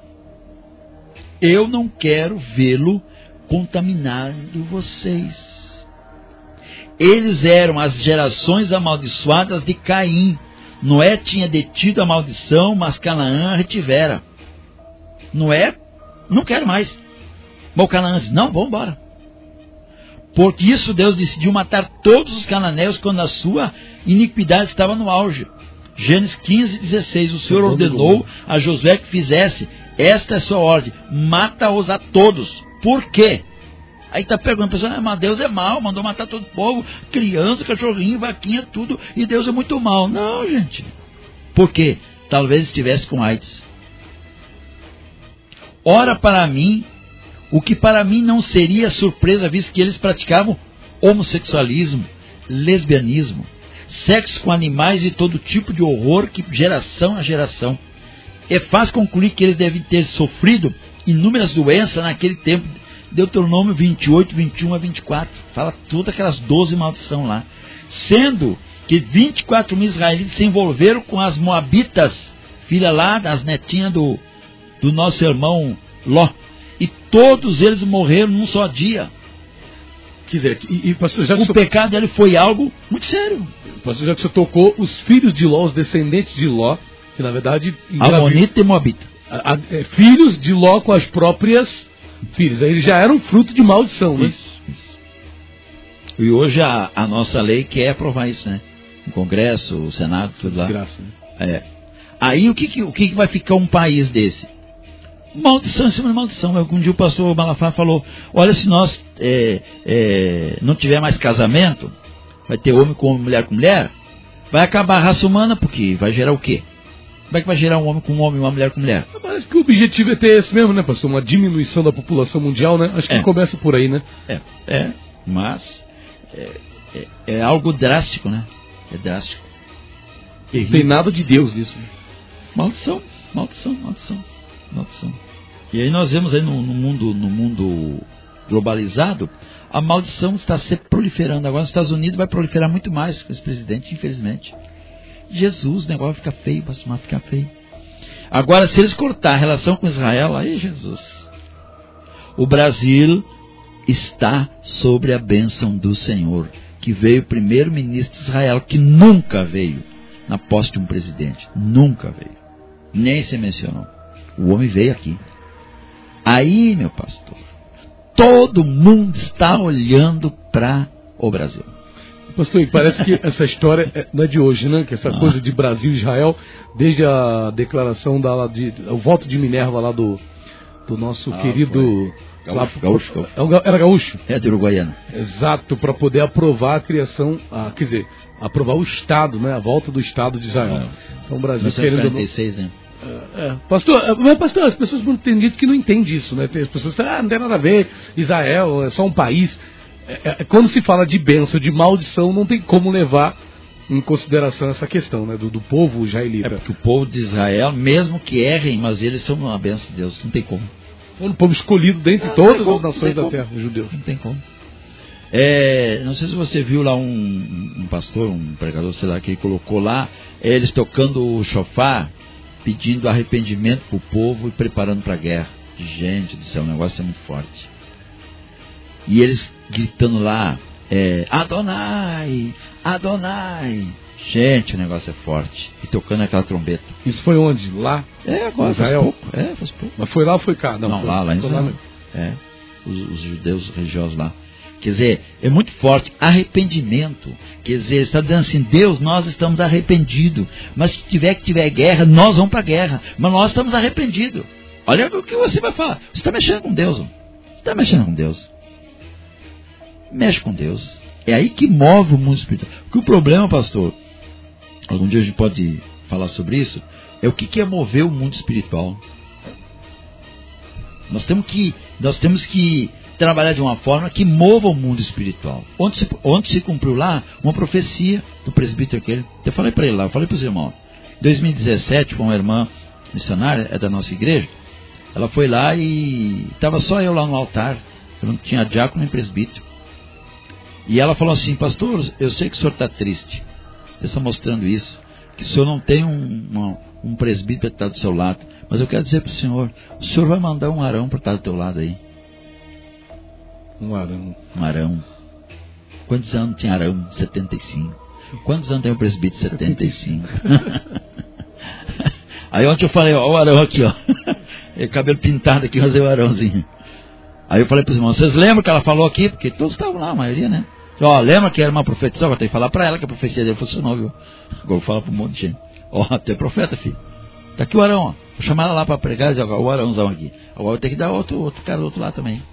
Eu não quero vê-lo contaminando vocês. Eles eram as gerações amaldiçoadas de Caim. Noé tinha detido a maldição, mas Canaã a retivera. Noé, não quero mais. Mas o Canaã disse, não, vamos embora. Porque isso Deus decidiu matar todos os cananeus quando a sua iniquidade estava no auge. Gênesis 15:16, o Senhor ordenou a Josué que fizesse, esta é a sua ordem, mata-os a todos. Por quê? Aí está perguntando, mas Deus é mau, mandou matar todo o povo, criança, cachorrinho, vaquinha, tudo, e Deus é muito mau. Não, gente. Por quê? Talvez estivesse com AIDS. Ora para mim, o que para mim não seria surpresa, visto que eles praticavam homossexualismo, lesbianismo, sexo com animais e todo tipo de horror que geração a geração. É fácil concluir que eles devem ter sofrido inúmeras doenças naquele tempo. Deuteronômio 28, 21 a 24. Fala todas aquelas 12 maldições lá. Sendo que 24 mil israelitas se envolveram com as moabitas, filha lá das netinhas do nosso irmão Ló. E todos eles morreram num só dia. Quer dizer, pastor, o pecado dele foi algo muito sério. Pastor, já que você tocou, os filhos de Ló, os descendentes de Ló, que na verdade... Amonita e Moabita. Filhos de Ló com as próprias filhas. Eles já eram fruto de maldição, né? Isso. E hoje a nossa lei quer aprovar isso, né? O Congresso, o Senado, tudo lá. Desgraça, né? Aí o que vai ficar um país desse? Maldição em cima de maldição. Um dia o pastor Malafaia falou, olha, se nós não tiver mais casamento, vai ter homem com homem, mulher com mulher, vai acabar a raça humana, porque vai gerar o quê? Como é que vai gerar um homem com um homem e uma mulher com mulher? Parece que o objetivo é ter esse mesmo, né, pastor? Uma diminuição da população mundial, né? Acho que começa por aí, né? Mas é algo drástico, né? É drástico. Não tem nada de Deus nisso. Né? Maldição. E aí nós vemos aí no mundo globalizado, a maldição está se proliferando. Agora nos Estados Unidos vai proliferar muito mais com esse presidente, infelizmente. Jesus, o negócio fica feio, vai ficar feio. Agora, se eles cortar a relação com Israel, aí Jesus. O Brasil está sobre a bênção do Senhor, que veio o primeiro-ministro de Israel, que nunca veio na posse de um presidente. Nunca veio. Nem se mencionou. O homem veio aqui. Aí, meu pastor, todo mundo está olhando para o Brasil. Pastor, parece que essa história não é de hoje, né? Que essa coisa de Brasil e Israel, desde a declaração o voto de Minerva lá do do nosso querido... Gaúcho. Era gaúcho? É, de Uruguaiana. Exato, para poder aprovar a criação, quer dizer, aprovar o Estado, né? A volta do Estado de Israel. Então o Brasil 1946, né? Pastor, as pessoas têm dito que não entendem isso, né? As pessoas dizem, não tem nada a ver, Israel é só um país. Quando se fala de bênção, de maldição, não tem como levar em consideração essa questão, né? Do povo israelita. É porque o povo de Israel, mesmo que errem, mas eles são uma bênção de Deus, não tem como. É um povo escolhido dentre todas as nações da terra, os judeus. Não tem como. Não sei se você viu lá um pastor, um pregador, sei lá, que ele colocou lá, eles tocando o shofar, pedindo arrependimento para o povo e preparando para a guerra. Gente do céu, o negócio é muito forte. E eles gritando lá, Adonai, Adonai. Gente, o negócio é forte. E tocando aquela trombeta. Isso foi onde? Lá? Agora faz pouco. Faz pouco. Mas foi lá ou foi cá? Não, lá em Israel. Os judeus religiosos lá. Quer dizer, é muito forte. Arrependimento. Quer dizer, está dizendo assim, Deus, nós estamos arrependidos. Mas se tiver guerra, nós vamos para a guerra. Mas nós estamos arrependidos. Olha o que você vai falar. Você está mexendo com Deus. Você está mexendo com Deus. Mexe com Deus. É aí que move o mundo espiritual. Porque o problema, pastor, algum dia a gente pode falar sobre isso, é o que é mover o mundo espiritual. Nós temos que trabalhar de uma forma que mova o mundo espiritual. Ontem se cumpriu lá uma profecia do presbítero aquele. Eu falei para ele lá, falei para os irmãos. Em 2017, com uma irmã missionária, é da nossa igreja, ela foi lá e estava só eu lá no altar. Eu não tinha diácono nem presbítero. E ela falou assim, pastor, eu sei que o senhor está triste. Você está mostrando isso. Que o senhor não tem um presbítero para estar do seu lado. Mas eu quero dizer para o senhor vai mandar um Arão para estar do teu lado aí. Um Arão. Um Arão. Quantos anos tem Arão? 75. Quantos anos tem o presbítero? 75. Aí ontem eu falei, ó, o Arão aqui, ó. Cabelo pintado aqui, fazer o Arãozinho. Aí eu falei para os irmãos, vocês lembram que ela falou aqui? Porque todos estavam lá, a maioria, né? Ó, lembra que era uma profecia? Agora tem que falar para ela que a profecia dele funcionou, viu? Agora eu vou falar para um monte de gente. Ó, tu é profeta, filho. Tá aqui o Arão, ó. Vou chamar ela lá para pregar e dizer, ó, o Arãozão aqui. Agora eu tenho que dar outro cara do outro lado também.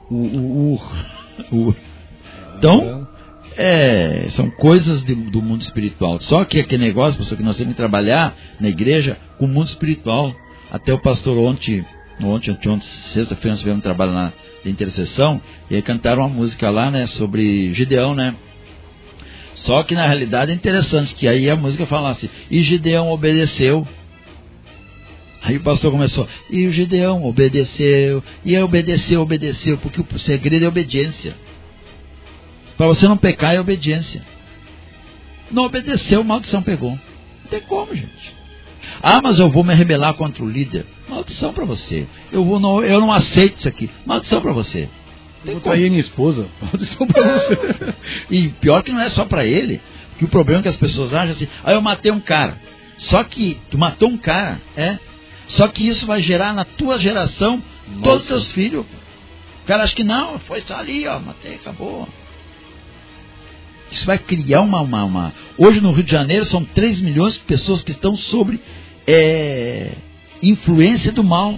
Então, são coisas do mundo espiritual. Só que aquele negócio, pessoal, que nós temos que trabalhar na igreja com o mundo espiritual. Até o pastor ontem, sexta-feira, nós tivemos um trabalho de intercessão, e aí cantaram uma música lá, né, sobre Gideão, né? Só que na realidade é interessante, que aí a música fala assim, e Gideão obedeceu. Aí o pastor começou, e o Gideão obedeceu, e obedeceu, porque o segredo é obediência. Para você não pecar é obediência. Não obedeceu, maldição pegou. Não tem como, gente. Mas eu vou me rebelar contra o líder. Maldição para você. Eu não aceito isso aqui. Maldição para você. Eu vou trair minha esposa. Maldição para você. E pior que não é só para ele. Que o problema é que as pessoas acham assim, eu matei um cara. Só que tu matou um cara, só que isso vai gerar na tua geração todos os teus filhos. O cara acha que não, foi só ali, matei, acabou. Isso vai criar uma... Hoje no Rio de Janeiro são 3 milhões de pessoas que estão sobre influência do mal.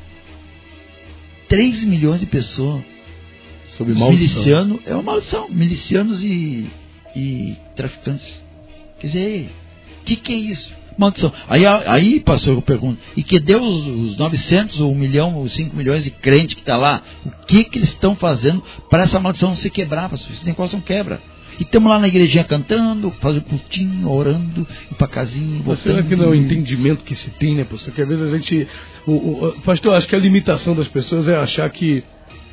3 milhões de pessoas. Sobre maldição. Miliciano, é uma maldição. Milicianos e traficantes. Quer dizer, o que é isso? Maldição. Aí, pastor, eu pergunto, e que Deus, os 900, ou 1 milhão, ou 5 milhões de crentes que está lá, o que eles estão fazendo para essa maldição não se quebrar, pastor? Esse negócio não quebra. E estamos lá na igrejinha cantando, fazendo cultinho, orando, ir para casinha, voltando. Será que não é o entendimento que se tem, né, pastor? Que às vezes a gente... pastor, acho que a limitação das pessoas é achar que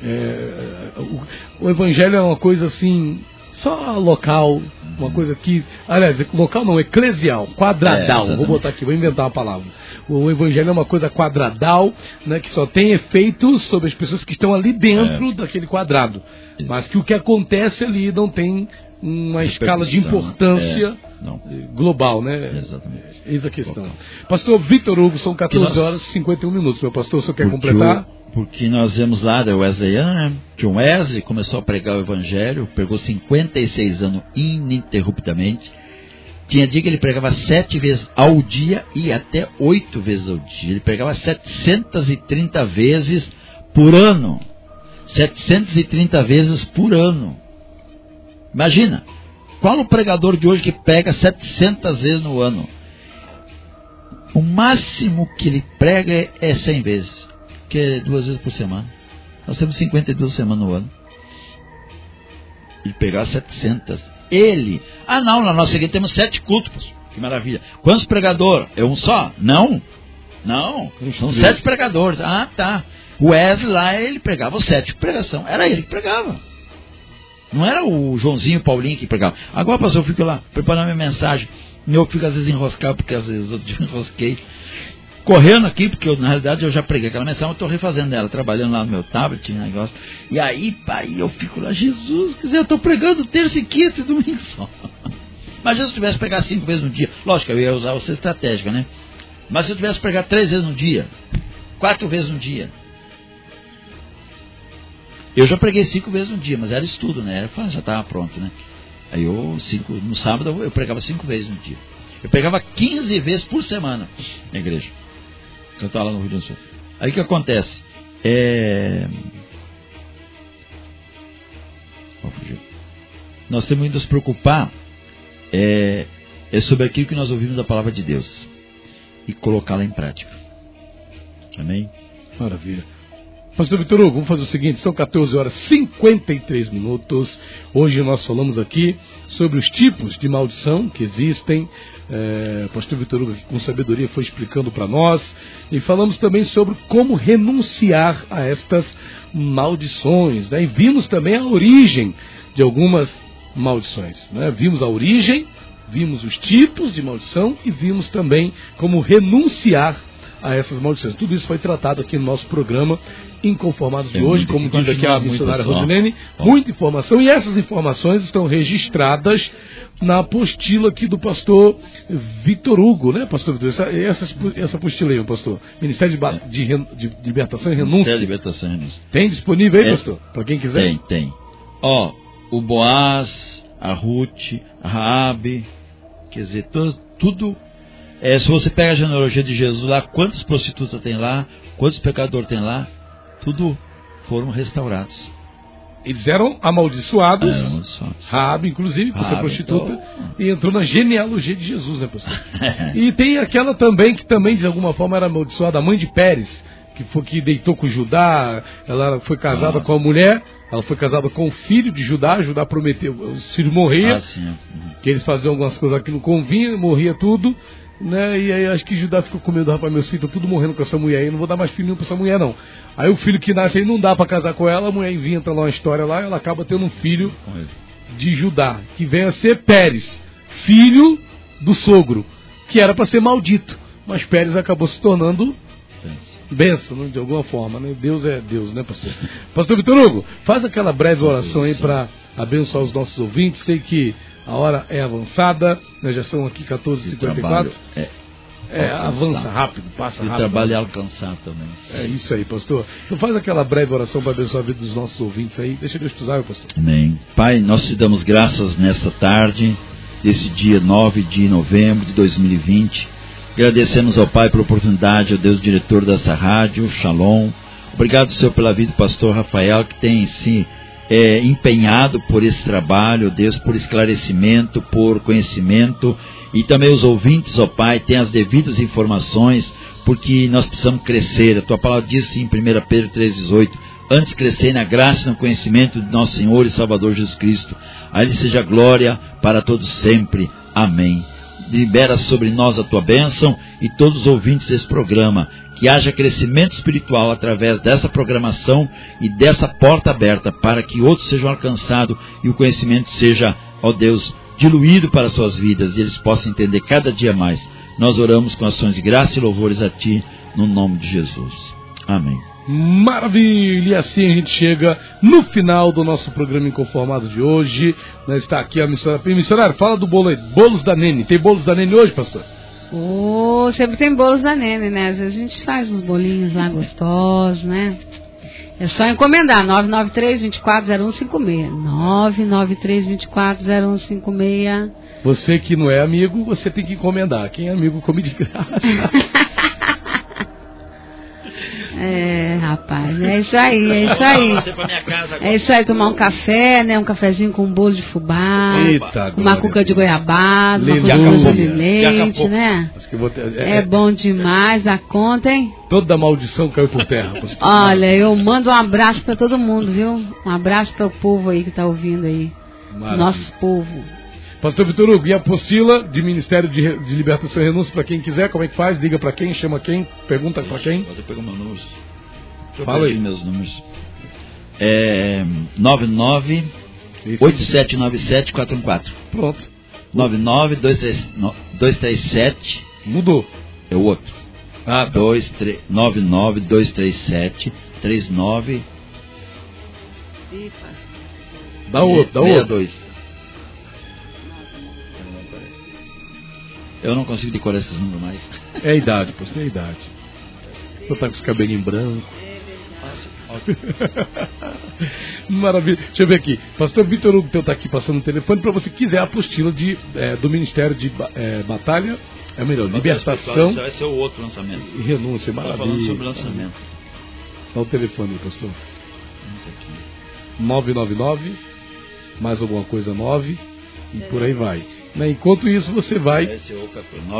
o evangelho é uma coisa assim, só local, uma coisa que... Aliás, local não, eclesial, quadradal. Vou botar aqui, vou inventar uma palavra. O evangelho é uma coisa quadradal, né, que só tem efeitos sobre as pessoas que estão ali dentro daquele quadrado. Isso. Mas que o que acontece ali não tem uma escala de importância global, né? Exatamente. Eis a questão. Pastor Victor Hugo, são 14 horas e 51 minutos. Meu pastor, você quer completar? Porque nós vemos lá da Wesleyana, né? John Wesley começou a pregar o evangelho, pregou 56 anos ininterruptamente. Tinha dia que ele pregava 7 vezes ao dia e até 8 vezes ao dia. Ele pregava 730 vezes por ano. 730 vezes por ano. Imagina, qual o pregador de hoje que prega 700 vezes no ano? O máximo que ele prega é 100 vezes, que é 2 vezes por semana. Nós temos 52 semanas no ano. Ele pegava 700. Não, na nossa igreja temos 7 cultos. Que maravilha. Quantos pregadores? É um só? Não. São 7 pregadores. Ah, tá. O Wesley lá, ele pregava 7 pregação. Era ele que pregava. Não era o Joãozinho e o Paulinho que pregava. Agora, pastor, eu fico lá preparando minha mensagem. Eu fico às vezes enroscado, porque às vezes outro dia eu enrosquei. Correndo aqui, porque na realidade eu já preguei aquela mensagem, eu estou refazendo ela, trabalhando lá no meu tablet, negócio. E aí, pai, eu fico lá, Jesus, quer dizer, eu estou pregando terça e quinta e domingo só. Mas se eu tivesse pregado 5 vezes no dia, lógico, eu ia usar você estratégica, né? Mas se eu tivesse pregado 3 vezes no dia, 4 vezes no dia. Eu já preguei 5 vezes no dia, mas era estudo, né? Já estava pronto, né? Aí no sábado eu pregava 5 vezes no dia. Eu pregava 15 vezes por semana na igreja. Eu estava lá no Rio do Sul. Aí o que acontece? Nós temos que nos preocupar sobre aquilo que nós ouvimos da palavra de Deus e colocá-la em prática. Amém? Maravilha. Pastor Vitor Hugo, vamos fazer o seguinte, são 14 horas e 53 minutos. Hoje nós falamos aqui sobre os tipos de maldição que existem. Pastor Vitor Hugo, com sabedoria, foi explicando para nós. E falamos também sobre como renunciar a estas maldições, né? E vimos também a origem de algumas maldições, né? Vimos a origem, vimos os tipos de maldição e vimos também como renunciar a essas maldições. Tudo isso foi tratado aqui no nosso programa Inconformados de hoje, como diz aqui a missionária Rosilene, muita informação, e essas informações estão registradas na apostila aqui do pastor Vitor Hugo, né, pastor Vitor? Essa apostila aí, pastor. Ministério de Libertação e Renúncia. Ministério de Libertação e Renúncia. Tem disponível aí, pastor? Para quem quiser? Tem. O Boaz, a Ruth, a Raabe, quer dizer, tudo. Se você pega a genealogia de Jesus lá, quantas prostitutas tem lá, quantos pecadores tem lá, tudo foram restaurados. Eles eram amaldiçoados. Raabe, inclusive, por ser prostituta, e entrou na genealogia de Jesus, né, pastor? E tem aquela também, que também de alguma forma era amaldiçoada, a mãe de Pérez, que deitou com Judá. Ela foi casada com a mulher, ela foi casada com o filho de Judá. Judá prometeu, o filho morria, que eles faziam algumas coisas que não convinha, morria tudo, né? E aí acho que Judá ficou com medo, rapaz, meus filhos estão tudo morrendo com essa mulher aí, não vou dar mais filho nenhum pra essa mulher não. Aí o filho que nasce aí não dá pra casar com ela, a mulher inventa lá uma história lá, ela acaba tendo um filho de Judá, que vem a ser Pérez, filho do sogro, que era pra ser maldito, mas Pérez acabou se tornando bênção, né, de alguma forma, né? Deus é Deus, né, pastor? Pastor Vitor Hugo, faz aquela breve oração aí para abençoar os nossos ouvintes. Sei que a hora é avançada, né? Já são aqui 14h54. Avança rápido, passa rápido. E trabalho é alcançar também. É isso aí, pastor. Então faz aquela breve oração para abençoar a vida dos nossos ouvintes aí. Deixa Deus te usar, pastor. Amém. Pai, nós te damos graças nesta tarde, desse dia 9 de novembro de 2020. Agradecemos ao Pai pela oportunidade, ao Deus diretor dessa rádio, Shalom. Obrigado, Senhor, pela vida do pastor Rafael, que tem se empenhado por esse trabalho, Deus, por esclarecimento, por conhecimento. E também os ouvintes, ó Pai, têm as devidas informações, porque nós precisamos crescer. A Tua palavra diz em 1 Pedro 3,18, antes crescer na graça e no conhecimento de nosso Senhor e Salvador Jesus Cristo. A Ele seja glória para todos sempre. Amém. Libera sobre nós a Tua bênção e todos os ouvintes desse programa. Que haja crescimento espiritual através dessa programação e dessa porta aberta para que outros sejam alcançados e o conhecimento seja, ó Deus, diluído para suas vidas e eles possam entender cada dia mais. Nós oramos com ações de graça e louvores a Ti, no nome de Jesus. Amém. Maravilha! E assim a gente chega no final do nosso programa Inconformado de hoje. Está aqui a missionária. Missionário, fala do bolo aí. Bolos da Nene. Tem bolos da Nene hoje, pastor? Sempre tem bolos da Nene, né? Às vezes a gente faz uns bolinhos lá gostosos, né? É só encomendar, 993-240156. 993-240156. Você que não é amigo, você tem que encomendar. Quem é amigo, come de graça. Rapaz, é isso aí. É isso aí, tomar um café, né? Um cafezinho com um bolo de fubá. Eita, uma cuca de goiabada, uma cuca de leite, né? É bom demais a conta, hein? Toda a maldição caiu por terra. Olha, eu mando um abraço pra todo mundo, viu? Um abraço para o povo aí que tá ouvindo aí. Maravilha. Nosso povo. Pastor Vitor Hugo, e a apostila de Ministério de Libertação e Renúncia para quem quiser, como é que faz? Liga para quem, chama quem, pergunta para quem? Pode pegar meu número. Fala aí. Meus números. 99-8797-414. Pronto. 99-237. Mudou. É o outro. 99-237-39. Dá outro. 62. Eu não consigo decorar esses números mais. É a idade, pastor, é a idade. Você tá com os cabelinhos brancos. Maravilha. Deixa eu ver aqui. Pastor Vitor Hugo está aqui passando o telefone para você quiser a apostila do Ministério de Batalha. É melhor, Libertação. Vai ser o outro lançamento. E Renúncia, maravilha. Falando sobre lançamento. Dá o telefone aí, pastor. 999, mais alguma coisa 9, e por aí vai. Enquanto isso, você vai... Esse é o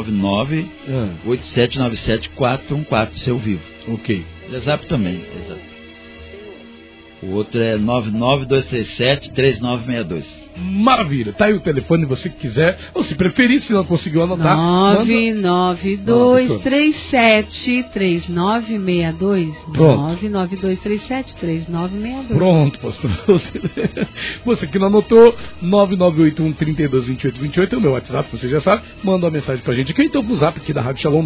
99-8797-414, seu vivo. Ok. Exato também. Exato. O outro é 99237-3962. Maravilha. Tá aí o telefone, você que quiser. Ou se preferir, se não conseguiu anotar... 99237-3962. 99237-3962. Pronto, pastor. Você que não anotou, 9981-322828 é o meu WhatsApp, você já sabe. Manda uma mensagem pra gente aqui. Então, pro zap aqui da Rádio Shalom,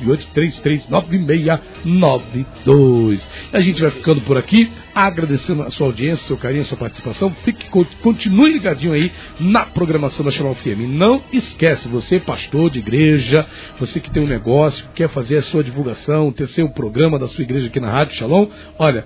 998-339692. A gente vai ficando por aqui, agradecendo a sua audiência, seu carinho, a sua participação. Continue ligadinho aí na programação da Shalom FM. Não esquece, você pastor de igreja, você que tem um negócio, quer fazer a sua divulgação, ter seu programa da sua igreja aqui na Rádio Shalom, olha,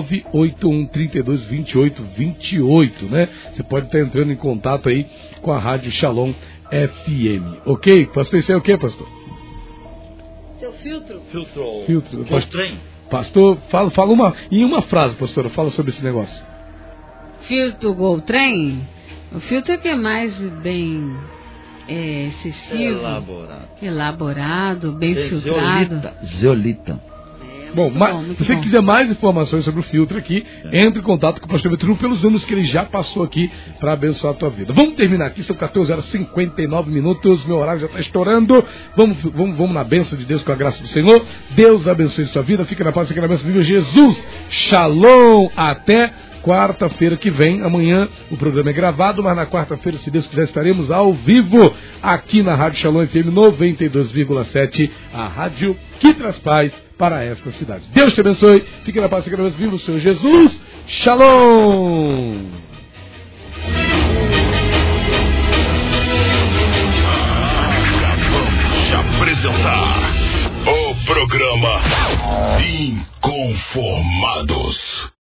981-322828, né? Você pode estar entrando em contato aí com a Rádio Shalom FM, ok? Pastor, isso é o que, pastor? Seu filtro. Filtro. Trem. Pastor, fala em uma frase, pastora, fala sobre esse negócio. Filtro Gol Trem. O filtro é que é mais bem excessivo, elaborado, bem filtrado. Zeolita. Bom, se você quiser mais informações sobre o filtro aqui, entre em contato com o pastor Vitor Hugo pelos números que ele já passou aqui para abençoar a tua vida. Vamos terminar aqui, são 14h59, meu horário já está estourando. Vamos na bênção de Deus com a graça do Senhor. Deus abençoe a sua vida, fica na paz, fica na bênção, viva Jesus. Shalom, até quarta-feira que vem. Amanhã o programa é gravado, mas na quarta-feira, se Deus quiser, estaremos ao vivo aqui na Rádio Shalom FM 92,7, a rádio que traz paz para esta cidade. Deus te abençoe, fique na paz, fique na paz, viva o Senhor Jesus. Shalom! Vamos te apresentar o programa Inconformados.